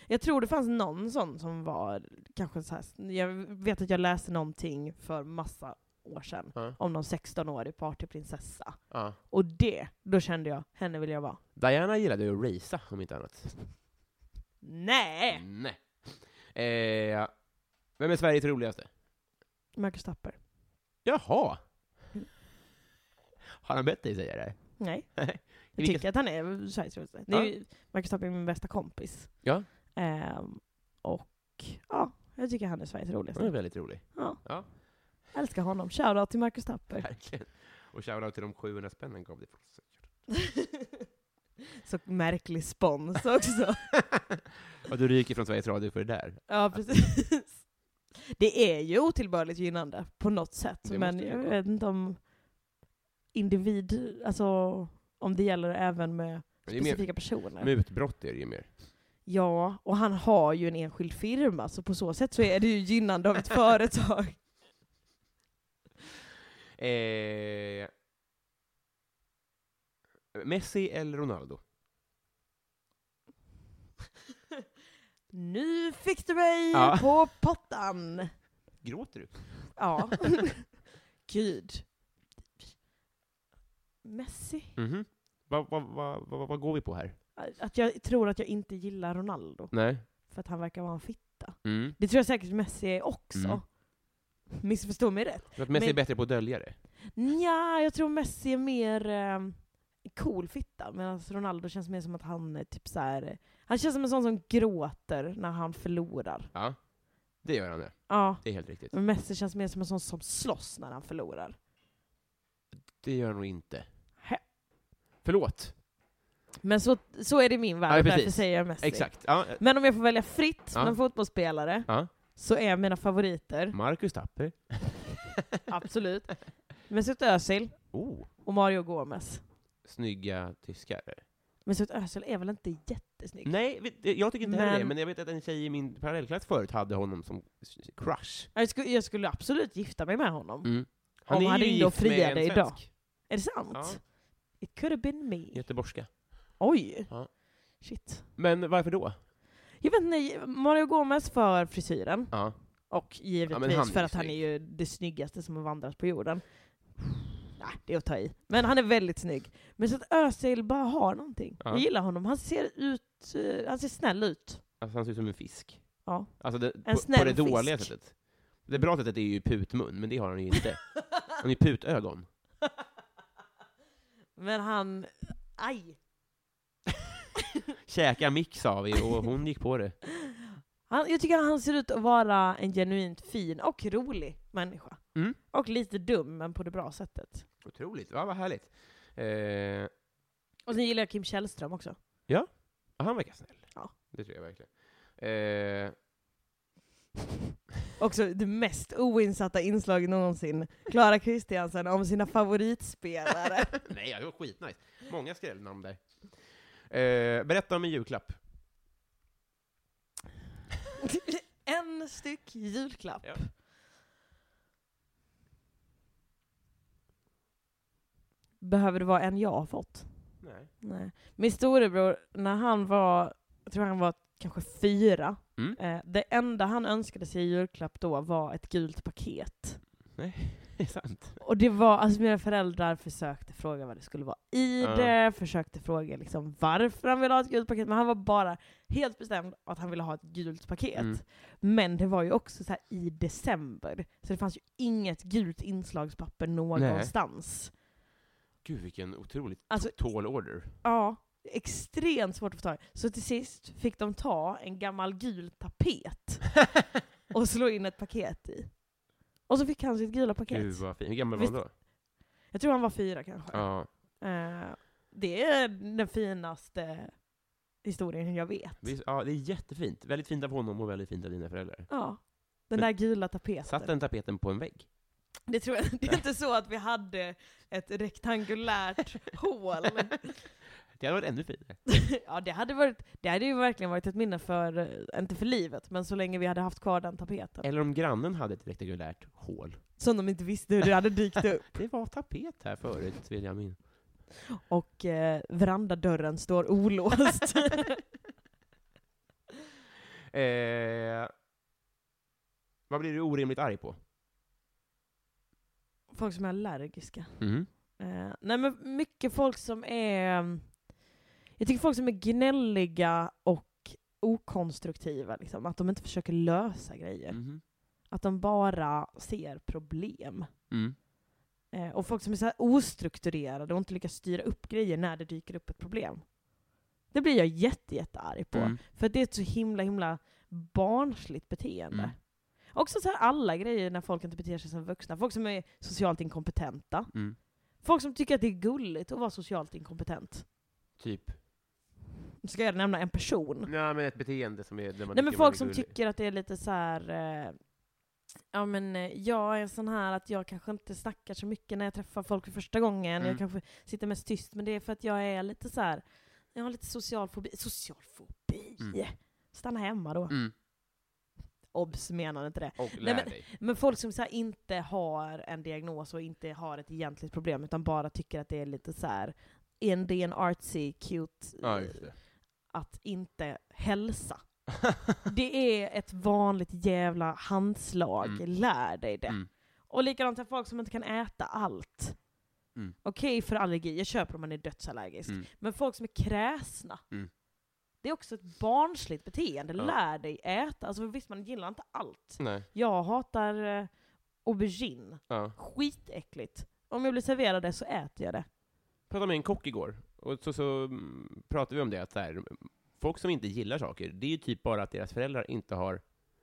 Jag tror det fanns någon sån som var kanske så här. Jag vet att jag läste någonting för massa år sedan om någon 16-årig partyprinsessa. Och då kände jag, henne vill jag vara. Diana gillade ju att racea, om inte annat. Nej! Vem är Sveriges roligaste? Marcus Tapper. Jaha! Har han bett dig säga det? Nej. Jag tycker att han är Sveriges roligaste. Marcus Tapper är min bästa kompis. Ja. Och jag tycker han är Sveriges roligaste. Han är väldigt rolig. Ja. Ja. Jag älskar honom. Shoutout till Marcus Tapper. Verkligen. Och shoutout till de 700 spännen gav det. Så märklig spons också. Och du ryker från Sveriges Radio för det där. Ja, precis. Det är ju otillbörligt gynnande på något sätt. Men jag vet inte om alltså om det gäller även med specifika personer. Med utbrott är det ju mer. Ja, och han har ju en enskild firma, så på så sätt så är det ju gynnande av ett företag. Messi eller Ronaldo? Nu fick du mig på pottan. Gråter du? Ja. Gud. Messi? Vad går vi på här? Att jag tror att jag inte gillar Ronaldo. Nej. För att han verkar vara en fitta. Det tror jag säkert Messi är också. Missförstå mig rätt. För att Messi är bättre på att dölja det? Ja, jag tror Messi är mer cool fitta. Medan Ronaldo känns mer som att han är typ så här. Han känns som en sån som gråter när han förlorar. Ja, det gör han det. Ja. Det är helt riktigt. Men Messi känns mer som en sån som slåss när han förlorar. Det gör han nog inte. Förlåt. Men så är det i min värld, därför säger jag Messi. Exakt. Ja. Men om jag får välja fritt bland fotbollsspelare så är mina favoriter Marcus Tapper. Absolut. Mesut Özil och Mario Gomez. Snygga tyskar. Mesut Özil är väl inte jättesnygg? Nej, jag tycker inte heller det. Men jag vet att en tjej i min parallellklass förut hade honom som crush. Jag skulle absolut gifta mig med honom. Han om är han ju ringde och gift med friade en idag. svensk. Är det sant? Ja. It could have been me. Göteborgska. Oj. Ja. Shit. Men varför då? Jag vet inte, Mario Gomez för frisyren. Ja. Och givetvis för att han är ju det snyggaste som har vandrat på jorden. Nej, det är att ta i. Men han är väldigt snygg. Men så att Özil bara har någonting. Jag gillar honom. Han ser snäll ut. Alltså han ser ut som en fisk. Ja. Alltså på snäll det dåliga fisk. sättet. Det bra sättet är ju putmun, men det har han ju inte. Han är putögon. Men han... Aj! Käka mix sa vi och hon gick på det. Jag tycker att han ser ut att vara en genuint fin och rolig människa. Och lite dum, men på det bra sättet. Otroligt. Ja, vad härligt. Och sen gillar jag Kim Källström också. Ja, han verkar snäll. Ja. Det tror jag verkligen. Också det mest oinsatta inslaget någonsin. Clara Kristiansen om sina favoritspelare. Nej, det var skitnice. Många skrällnamn där. Berätta om en julklapp. En styck julklapp. Ja. Behöver det vara en jag har fått? Nej. Min storebror, när han var, jag tror han var kanske 4. Det enda han önskade sig i julklapp då var ett gult paket. Nej, det är sant. Och det var, alltså mina föräldrar försökte fråga vad det skulle vara i det, försökte fråga liksom varför han ville ha ett gult paket, men han var bara helt bestämd att han ville ha ett gult paket. Men det var ju också så här i december, så det fanns ju inget gult inslagspapper någonstans. Nej. Gud, vilken otroligt tall order. Ja, extremt svårt att få tag. Så till sist fick de ta en gammal gul tapet och slå in ett paket i. Och så fick han sitt gula paket. Gud vad fint. Hur gammal var han då? Jag tror han var 4 kanske. Ja. Det är den finaste historien jag vet. Ja, det är jättefint. Väldigt fint av honom och väldigt fint av dina föräldrar. Ja, den där gula tapeten. Satt den tapeten på en vägg? Det tror jag. Det är inte så att vi hade ett rektangulärt hål. Det hade varit ännu finare. Ja, det hade ju verkligen varit ett minne för, inte för livet, men så länge vi hade haft kvar den tapeten. Eller om grannen hade ett rektangulärt hål. Som de inte visste hur det hade dykt upp. Det var tapet här förut, vill jag minna. Och verandadörren står olåst. Vad blir du orimligt arg på? Folk som är allergiska. Mm. Nej, men mycket folk som är... Jag tycker folk som är gnälliga och okonstruktiva. Liksom. Att de inte försöker lösa grejer. Mm. Att de bara ser problem. Mm. Och folk som är så här ostrukturerade och inte lyckas styra upp grejer när det dyker upp ett problem. Det blir jag jättearg på. Mm. För det är ett så himla barnsligt beteende. Mm. Också så här alla grejer när folk inte beter sig som vuxna. Folk som är socialt inkompetenta. Mm. Folk som tycker att det är gulligt att vara socialt inkompetent. Typ? Ska jag nämna en person? Nej, men ett beteende som är... Där man Nej, men tycker folk man som är gullig. tycker att det är lite så här... ja, men jag är sån här att jag kanske inte snackar så mycket när jag träffar folk för första gången. Mm. Jag kanske sitter mest tyst, men det är för att jag är lite så här... Jag har lite social fobi. Social fobi? Mm. Stanna hemma då. Mm. Obs menar inte det. Och lär Nej, dig. Men folk som så här inte har en diagnos och inte har ett egentligt problem utan bara tycker att det är lite så här det är en artsy, cute Ja, just det. att inte hälsa. Det är ett vanligt jävla handslag. Lär dig det. Mm. Och likadant är folk som inte kan äta allt. Mm. Okej, för allergi. Jag köper om man är dödsallergisk. Mm. Men folk som är kräsna. Mm. Det är också ett barnsligt beteende. Ja. Lär dig äta. Alltså visst, man gillar inte allt. Nej. Jag hatar aubergine. Ja. Skitäckligt. Om jag blir serverad det så äter jag det. Jag pratade med en kock igår, och så pratade vi om det, att så här, folk som inte gillar saker, det är ju typ bara att deras föräldrar inte har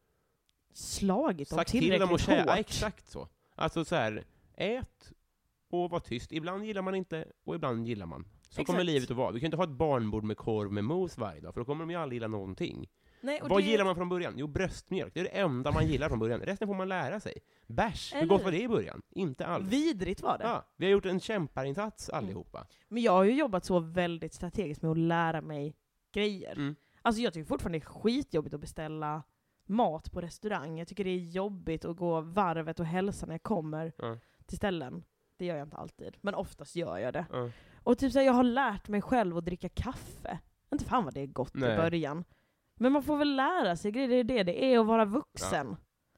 Slagit dem sagt till dem tillräckligt att käka. hårt. Ja, exakt så. Alltså så här, ät och var tyst. Ibland gillar man inte, och ibland gillar man. Så Exakt. kommer livet att vara. Du kan inte ha ett barnbord med korv med mos varje dag, för då kommer de ju aldrig gilla någonting. Nej, och Vad det... gillar man från början? Jo, bröstmjölk. Det är det enda man gillar från början. Resten får man lära sig. Bärs, hur Eller- gott var det i början? Inte alls. Vidrigt var det. Ja, vi har gjort en kämparinsats allihopa. Men jag har ju jobbat så väldigt strategiskt med att lära mig grejer. Mm. Alltså jag tycker fortfarande det är skitjobbigt att beställa mat på restaurang. Jag tycker det är jobbigt att gå varvet och hälsa när jag kommer Ja. till ställen. Det gör jag inte alltid, men oftast gör jag det. Ja. Och typ så här, jag har lärt mig själv att dricka kaffe. Inte fan vad det är gott Nej. i början. Men man får väl lära sig grejer, det är att vara vuxen.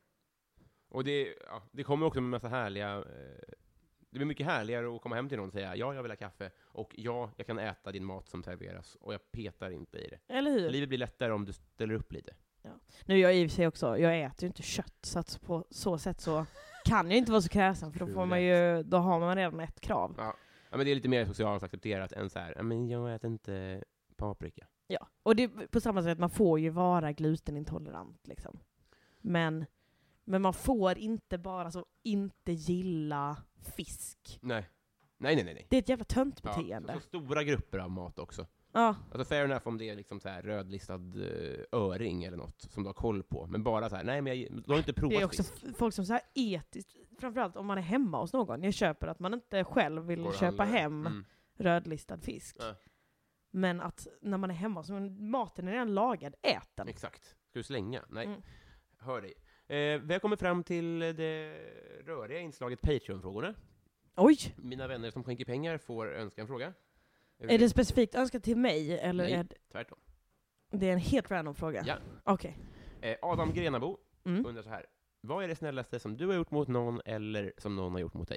Och det kommer också med massa härliga... det blir mycket härligare att komma hem till någon och säga ja, jag vill ha kaffe, och ja, jag kan äta din mat som serveras, och jag petar inte i det. Eller hur? Livet blir lättare om du ställer upp lite. Nu är jag i och för sig också, jag äter ju inte kött, så att på så sätt så kan jag inte vara så kräsen, för då har man redan ett krav. Ja, men det är lite mer socialt accepterat än så här, men jag äter inte paprika. Ja, och det på samma sätt, man får ju vara glutenintolerant liksom. Men man får inte bara så inte gilla fisk. Nej. Det är ett jävla tönt beteende. Ja, så stora grupper av mat också. Ja. Alltså fair enough om det är liksom så här rödlistad öring eller något som du har koll på. Men bara så här, nej, men du har inte provat Det är också fisk. folk som så här etiskt, framförallt om man är hemma hos någon. Jag köper att man inte själv vill Går och köpa handlar. hem rödlistad fisk. Ja. Men att när man är hemma, så maten är redan lagad, ät den. Exakt. Ska du slänga? Nej. Mm. Hör dig. Vi har kommit fram till det röriga inslaget Patreon-frågorna. Oj! Mina vänner som skänker pengar får önska en fråga. Är det specifikt önskat till mig? Eller Nej, är tvärtom. det är en helt random fråga? Ja. Okej. Adam Grenabo Mm. undrar så här. Vad är det snällaste som du har gjort mot någon eller som någon har gjort mot dig?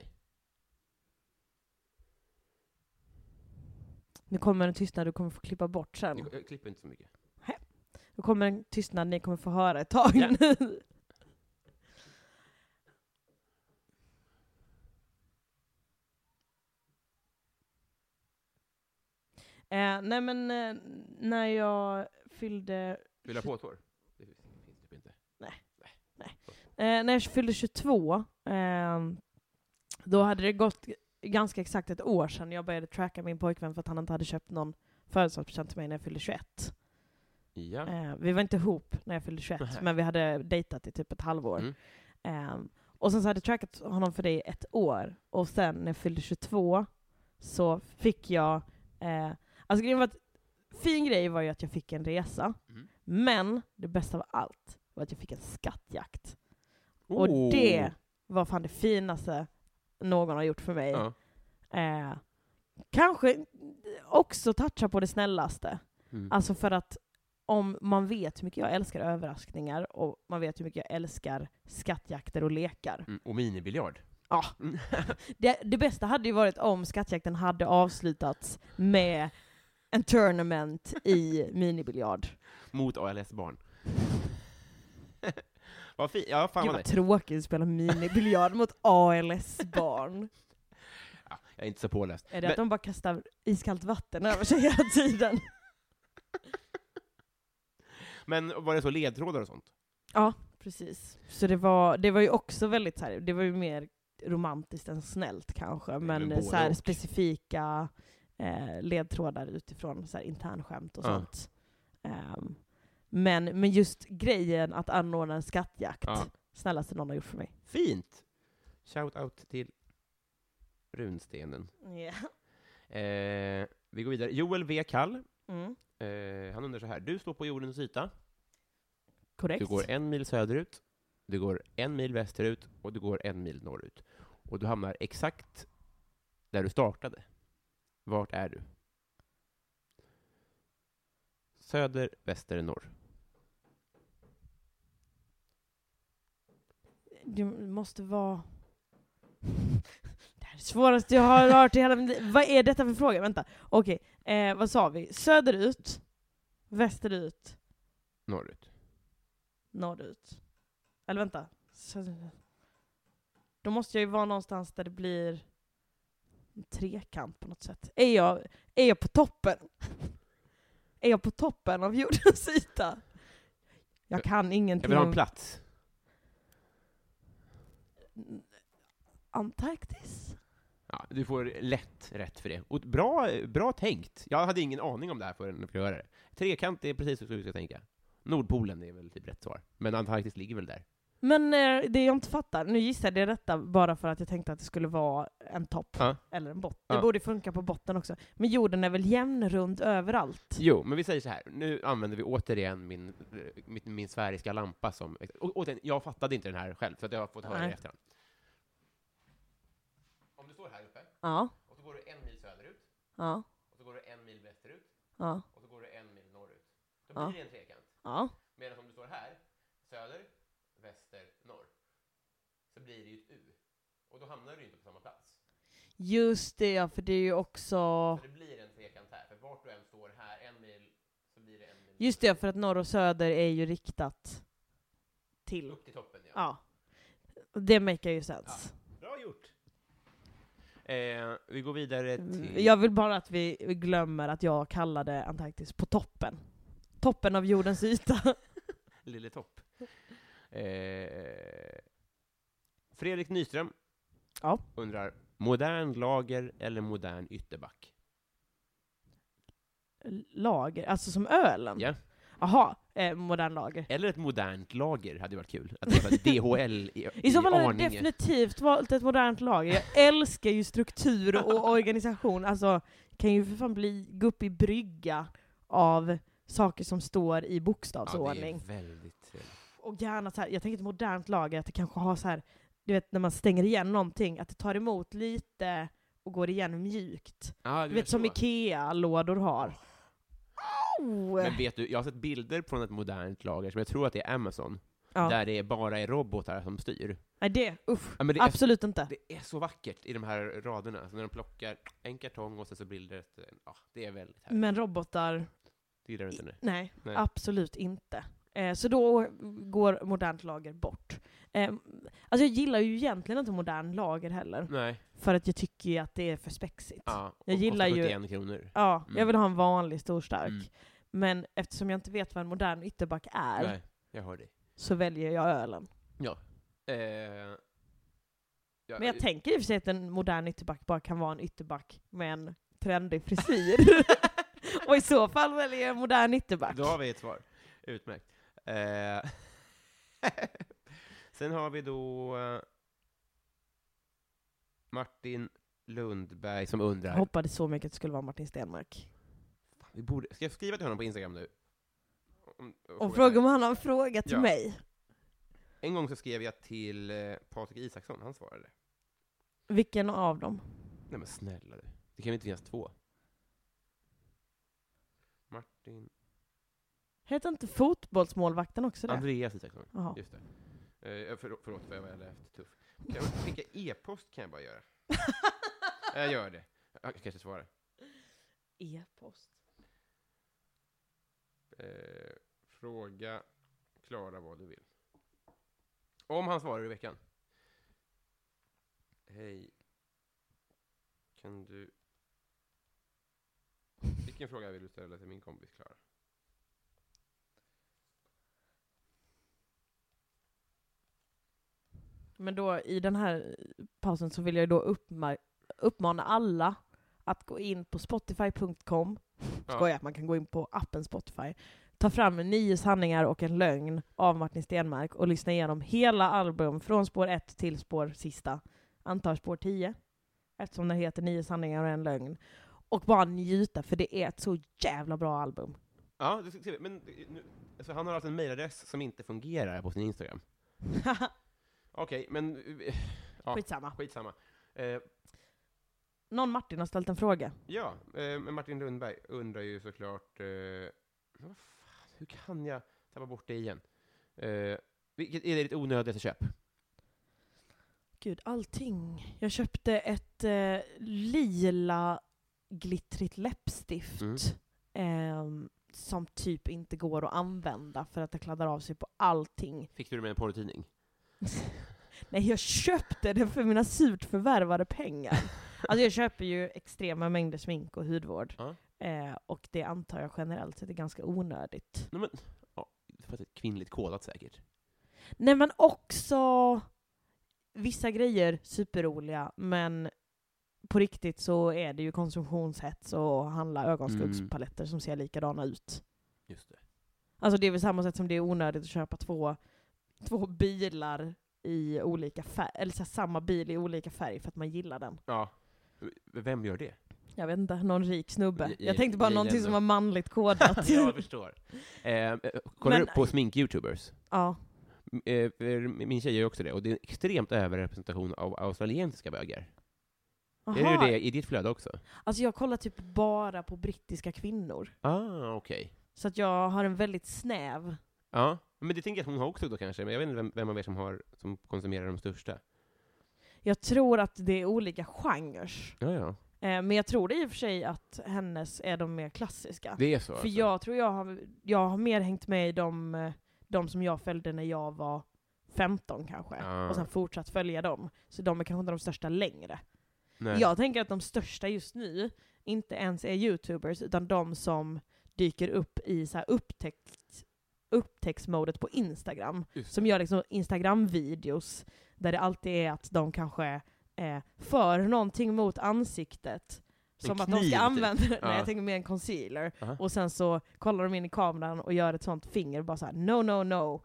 Nu kommer en tystnad du kommer få klippa bort sen. Jag klipper inte så mycket. Nu kommer en tystnad ni kommer få höra ett tag Ja. nu. Nej men när jag fyllde... Vill du ha påtår? Det finns typ inte. När jag fyllde 22, då hade det gått ganska exakt ett år sedan jag började tracka min pojkvän för att han inte hade köpt någon födelsedagspresent till mig när jag fyllde 21. Ja. Vi var inte ihop när jag fyllde 21, Nähä. men vi hade dejtat i typ ett halvår. Och sen så hade jag trackat honom för det i ett år. Och sen när jag fyllde 22 så fick jag... alltså grejen var att, fin grej var ju att jag fick en resa. Mm. Men det bästa av allt var att jag fick en skattjakt. Oh. Och det var fan det finaste någon har gjort för mig. Ja. Kanske också toucha på det snällaste. Mm. Alltså för att om man vet hur mycket jag älskar överraskningar och man vet hur mycket jag älskar skattjakter och lekar. Och minibiljard. Ja. Det bästa hade ju varit om skattjakten hade avslutats med en tournament i minibiljard. Mot ALS-barn. Vad fint. Ja, fan Gud vad tråkigt att spela minibiljard mot ALS-barn. Ja, jag är inte så påläst. Är det att de bara kastar iskallt vatten över sig hela tiden? Men var det så ledtrådar och sånt? Ja, precis. Så det var ju också väldigt så här, det var ju mer romantiskt än snällt kanske, men så här specifika ledtrådar utifrån så här internskämt och sånt. Men just grejen att anordna en skattjakt, snällaste någon har gjort för mig. Fint! Shout out till runstenen. Yeah. Vi går vidare. Joel V. Kall. Han undrar så här. Du står på jordens yta. Korrekt. Du går 1 mil söderut. Du går 1 mil västerut. Och du går 1 mil norrut. Och du hamnar exakt där du startade. Vart är du? Söder, väster, norr. Du måste vara... Det här är det svåraste jag har hört i hela mitt liv. Vad är detta för fråga? Vänta. Okej, vad sa vi? Söderut, västerut, Norrut. norrut. Eller vänta. Då måste jag ju vara någonstans där det blir en trekant på något sätt. Är jag på toppen? Är jag på toppen av jordens yta? Jag kan ingenting. Jag vill ha en plats. Antarktis? Ja, du får lätt rätt för det. Och bra tänkt. Jag hade ingen aning om det här förrän jag fick höra det. Trekant är precis så du ska tänka. Nordpolen är väl typ rätt svar. Men Antarktis ligger väl där. Men det jag inte fattar, nu gissade jag detta bara för att jag tänkte att det skulle vara en topp eller en botten. Det borde funka på botten också. Men jorden är väl jämnrund överallt? Jo, men vi säger så här. Nu använder vi återigen min sfäriska lampa som... jag fattade inte den här själv, så att jag har fått höra det efterhand. Om du står här uppe, och så går du 1 mil söderut, och så går du 1 mil västerut, och så går du 1 mil norrut. Då blir det en trekant. Medan om du står här, söder, väster, norr, så blir det ju ett U. Och då hamnar du inte på samma plats. Just det, ja, för det är ju också... Så det blir en trekant här, för vart du än står här 1 mil, så blir det 1 mil. Just det, för att norr och söder är ju riktat till... Upp till toppen, ja. Ja. Det makar ju sens. Ja. Bra gjort. Vi går vidare till... Jag vill bara att vi glömmer att jag kallade Antarktis på toppen. Toppen av jordens yta. Lille topp. Fredrik Nyström undrar, modern lager eller modern ytterback? Lager? Alltså som ölen? Ja. Jaha, modern lager. Eller ett modernt lager hade varit kul. Att det var DHL I så fall hade jag Arninge. definitivt valt ett modernt lager. Jag älskar ju struktur och organisation. Alltså, kan ju för fan gå upp i brygga av saker som står i bokstavsordning. Ja, det är väldigt trevligt. Och gärna så här, jag tänker ett modernt lager, att det kanske har så här, du vet när man stänger igen någonting, att det tar emot lite och går igen mjukt. Ja, du vet som IKEA-lådor har. Men vet du, jag har sett bilder från ett modernt lager som jag tror att det är Amazon. Där det bara är robotar som styr. Nej, det det absolut inte. Det är så vackert i de här raderna. Så när de plockar en kartong och så blir det det är väldigt härligt. Men robotar... Det gillar du inte nu? Nej, absolut inte. Så då går modernt lager bort. Alltså jag gillar ju egentligen inte modern lager heller. Nej. För att jag tycker ju att det är för spexigt. Ja, jag gillar ju 71 kronor. Ja, jag vill ha en vanlig storstark. Men eftersom jag inte vet vad en modern ytterback är. Nej, jag hör dig. Så väljer jag ölen. Ja. Men jag tänker i och för sig att en modern ytterback bara kan vara en ytterback med en trendig frisyr. Och i så fall väljer jag en modern ytterback. Då har vi ett svar. Utmärkt. Sen har vi då Martin Lundberg som undrar. Jag hoppades så mycket att det skulle vara Martin Stenmark. Ska jag skriva till honom på Instagram nu? Och fråga om han har en fråga till mig. En gång så skrev jag till Patrik Isaksson, han svarade. Vilken av dem? Nej men snälla du. Det kan väl inte finnas två? Martin. Heter inte fotbollsmålvakten också det? Andreas Isaksson. Jaha. Just det. Förlåt för jag var efter tuff. Kan jag skicka e-post kan jag bara göra. Jag gör det. Jag kanske svarar. E-post. Fråga Klara vad du vill. Om han svarar i veckan. Hej. Kan du... Vilken fråga vill du ställa till min kompis Klara? Men då i den här pausen så vill jag då uppmana alla att gå in på spotify.com. Skoja, man kan gå in på appen Spotify. Ta fram 9 sanningar och en lögn av Martin Stenmarck och lyssna igenom hela album från spår 1 till spår sista. Antar spår 10. Eftersom det heter 9 sanningar och en lögn. Och bara njuta, för det är ett så jävla bra album. Ja, men nu, alltså, han har alltså en mailadress som inte fungerar på sin Instagram. Okej, men... Ja, skitsamma. Någon Martin har ställt en fråga. Ja, men Martin Lundberg undrar ju såklart... vad fan, hur kan jag tappa bort det igen? Vilket är ditt onödigaste köp? Gud, allting. Jag köpte ett lila glittrigt läppstift som typ inte går att använda för att det kladdar av sig på allting. Fick du det med en porrtidning? Nej, jag köpte det för mina surt förvärvade pengar. Alltså jag köper ju extrema mängder smink och hudvård. Och det antar jag generellt sett är ganska onödigt. Nej, men, för att det är kvinnligt kodat säkert. Nej, men också vissa grejer superroliga, men på riktigt så är det ju konsumtionshets och handla ögonskuggspaletter som ser likadana ut. Just det. Alltså det är väl samma sätt som det är onödigt att köpa två bilar i olika färg, eller så här, samma bil i olika färg för att man gillar den. Ja. Vem gör det? Jag vet inte, någon rik snubbe. Jag tänkte bara någonting som var manligt kodat. Jag förstår. Kollar du på smink-youtubers? Ja. Min tjej gör också det, och det är en extremt överrepresentation av australiensiska bögar. Aha. Är det i ditt flöde också? Alltså jag kollar typ bara på brittiska kvinnor. Okej. Så att jag har en väldigt snäv. Ja, men det tänker jag att hon har också då kanske. Men jag vet inte vem av er som konsumerar de största. Jag tror att det är olika genrer. Ja. Men jag tror det i och för sig att hennes är de mer klassiska. Det är så. För alltså. jag tror jag har mer hängt med i de som jag följde när jag var 15 kanske. Och sen fortsatt följa dem. Så de är kanske inte de största längre. Nej. Jag tänker att de största just nu inte ens är YouTubers, utan de som dyker upp i så här upptäcktsmodet på Instagram. Som gör liksom Instagram-videos där det alltid är att de kanske för någonting mot ansiktet. Som att de ska använda, jag tänker mer en concealer. Och sen så kollar de in i kameran och gör ett sånt finger, bara så här: no.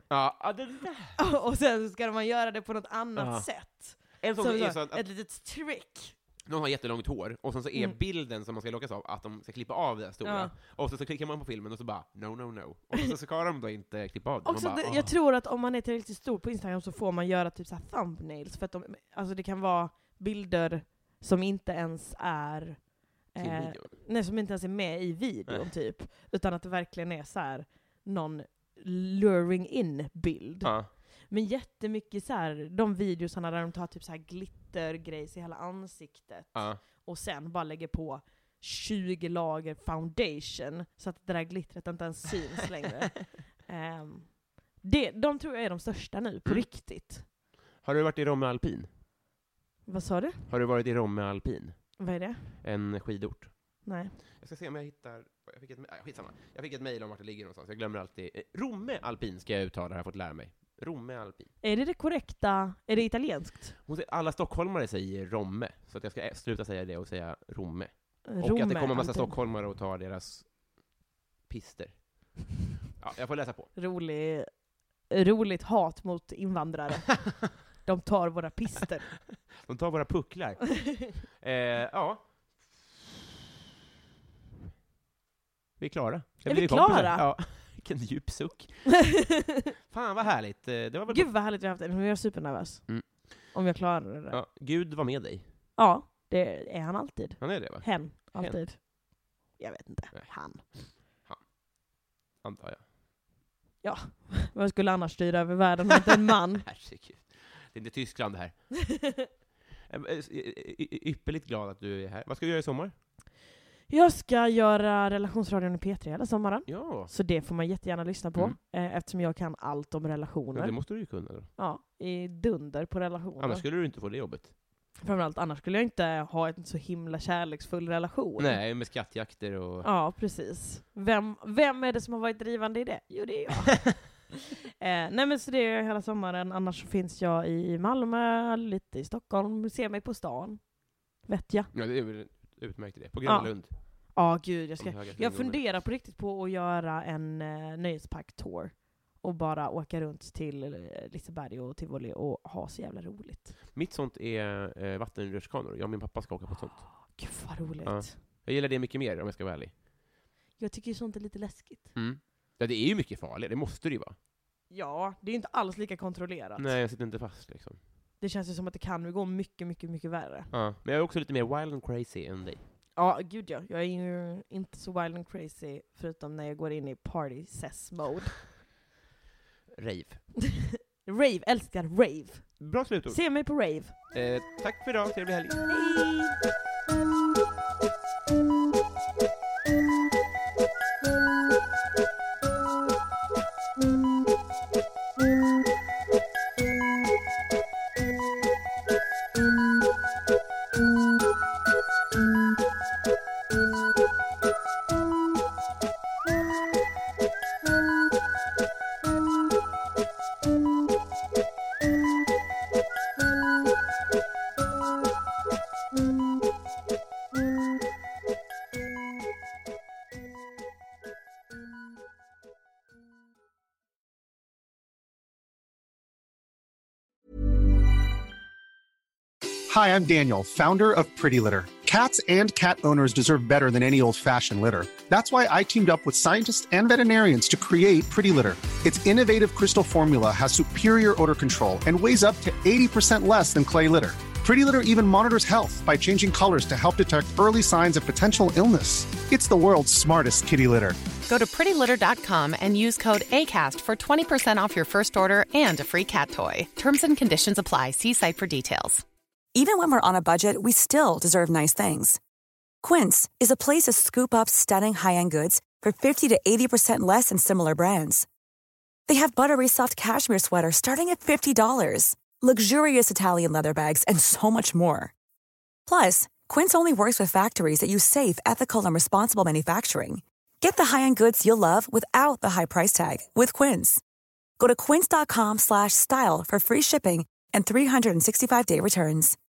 Och sen så ska man göra det på något annat sätt. Ett litet trick. Någon har jättelångt hår, och sen så är bilden som man ska lockas av att de ska klippa av det stora. Och så klickar man på filmen och så bara, no. Och så ska de då inte klippa av det. Också jag tror att om man är tillräckligt stor på Instagram så får man göra typ så här thumbnails, för att alltså det kan vara bilder som inte ens är som inte ens är med i videon typ, utan att det verkligen är så här någon luring in bild. Men jättemycket så här, de videosarna där de tar typ så här glittergrejs i hela ansiktet och sen bara lägger på 20 lager foundation så att det där glittret inte ens syns längre. De tror jag är de största nu, på riktigt. Har du varit i Romme Alpin? Vad sa du? Har du varit i Romme Alpin? Vad är det? En skidort. Nej. Jag ska se om jag hittar... Jag fick ett mejl om vart det ligger någonstans. Jag glömmer alltid. Romme Alpin ska jag uttala, har jag fått lära mig. Romme Alpin. Är det korrekta? Är det italienskt? Alla stockholmare säger Romme, så att jag ska sluta säga det och säga Romme. Romme och att det kommer en massa Alpin. stockholmare och tar deras pister. Ja, jag får läsa på. Roligt hat mot invandrare. De tar våra pister. De tar våra pucklar. Ja. Vi är klara. Är vi klara? Ja. Vilken djup suck. Fan vad härligt. Det var väl Gud vad härligt vi har haft det. Nu är jag supernervös. Om jag klarar det. Ja, Gud var med dig. Ja, det är han alltid. Han är det, va? Hen, alltid. Jag vet inte. Nej. Han. Antar jag. Ja, vad skulle annars styra över världen om inte en man? Herregud. Det är inte Tyskland här. Ypperligt glad att du är här. Vad ska du göra i sommar? Jag ska göra relationsradion i P3 hela sommaren. Ja. Så det får man jättegärna lyssna på. Eftersom jag kan allt om relationer. Men det måste du ju kunna då. Ja, i dunder på relationer. Annars skulle du inte få det jobbet. Framförallt annars skulle jag inte ha en så himla kärleksfull relation. Nej, med skattjakter och... Ja, precis. Vem är det som har varit drivande i det? Jo, det är jag. Nej, men så det är hela sommaren. Annars så finns jag i Malmö, lite i Stockholm. Ser mig på stan. Vet jag. Ja, det är väl utmärkt det. På Gröna Lund. Ja, gud. Jag funderar på riktigt på att göra en nöjespark-tour. Och bara åka runt till Liseberg och Tivoli och ha så jävla roligt. Mitt sånt är vattenrutschkanor. Jag och min pappa ska åka på sånt. Gud vad roligt. Ja. Jag gillar det mycket mer om jag ska vara ärlig. Jag tycker sånt är lite läskigt. Ja, det är ju mycket farligt. Det måste det ju vara. Ja, det är inte alls lika kontrollerat. Nej, jag sitter inte fast liksom. Det känns ju som att det kan gå mycket, mycket, mycket värre. Ja, men jag är också lite mer wild and crazy än dig. Ja, gud ja. Jag är ju inte så wild and crazy förutom när jag går in i party cess mode. Rave. Rave, älskar rave. Bra slutord. Se mig på rave. Tack för idag, trevlig helg. Hi, I'm Daniel, founder of Pretty Litter. Cats and cat owners deserve better than any old-fashioned litter. That's why I teamed up with scientists and veterinarians to create Pretty Litter. Its innovative crystal formula has superior odor control and weighs up to 80% less than clay litter. Pretty Litter even monitors health by changing colors to help detect early signs of potential illness. It's the world's smartest kitty litter. Go to prettylitter.com and use code ACAST for 20% off your first order and a free cat toy. Terms and conditions apply. See site for details. Even when we're on a budget, we still deserve nice things. Quince is a place to scoop up stunning high-end goods for 50 to 80% less than similar brands. They have buttery soft cashmere sweaters starting at $50, luxurious Italian leather bags, and so much more. Plus, Quince only works with factories that use safe, ethical, and responsible manufacturing. Get the high-end goods you'll love without the high price tag with Quince. Go to quince.com/style for free shipping and 365-day returns.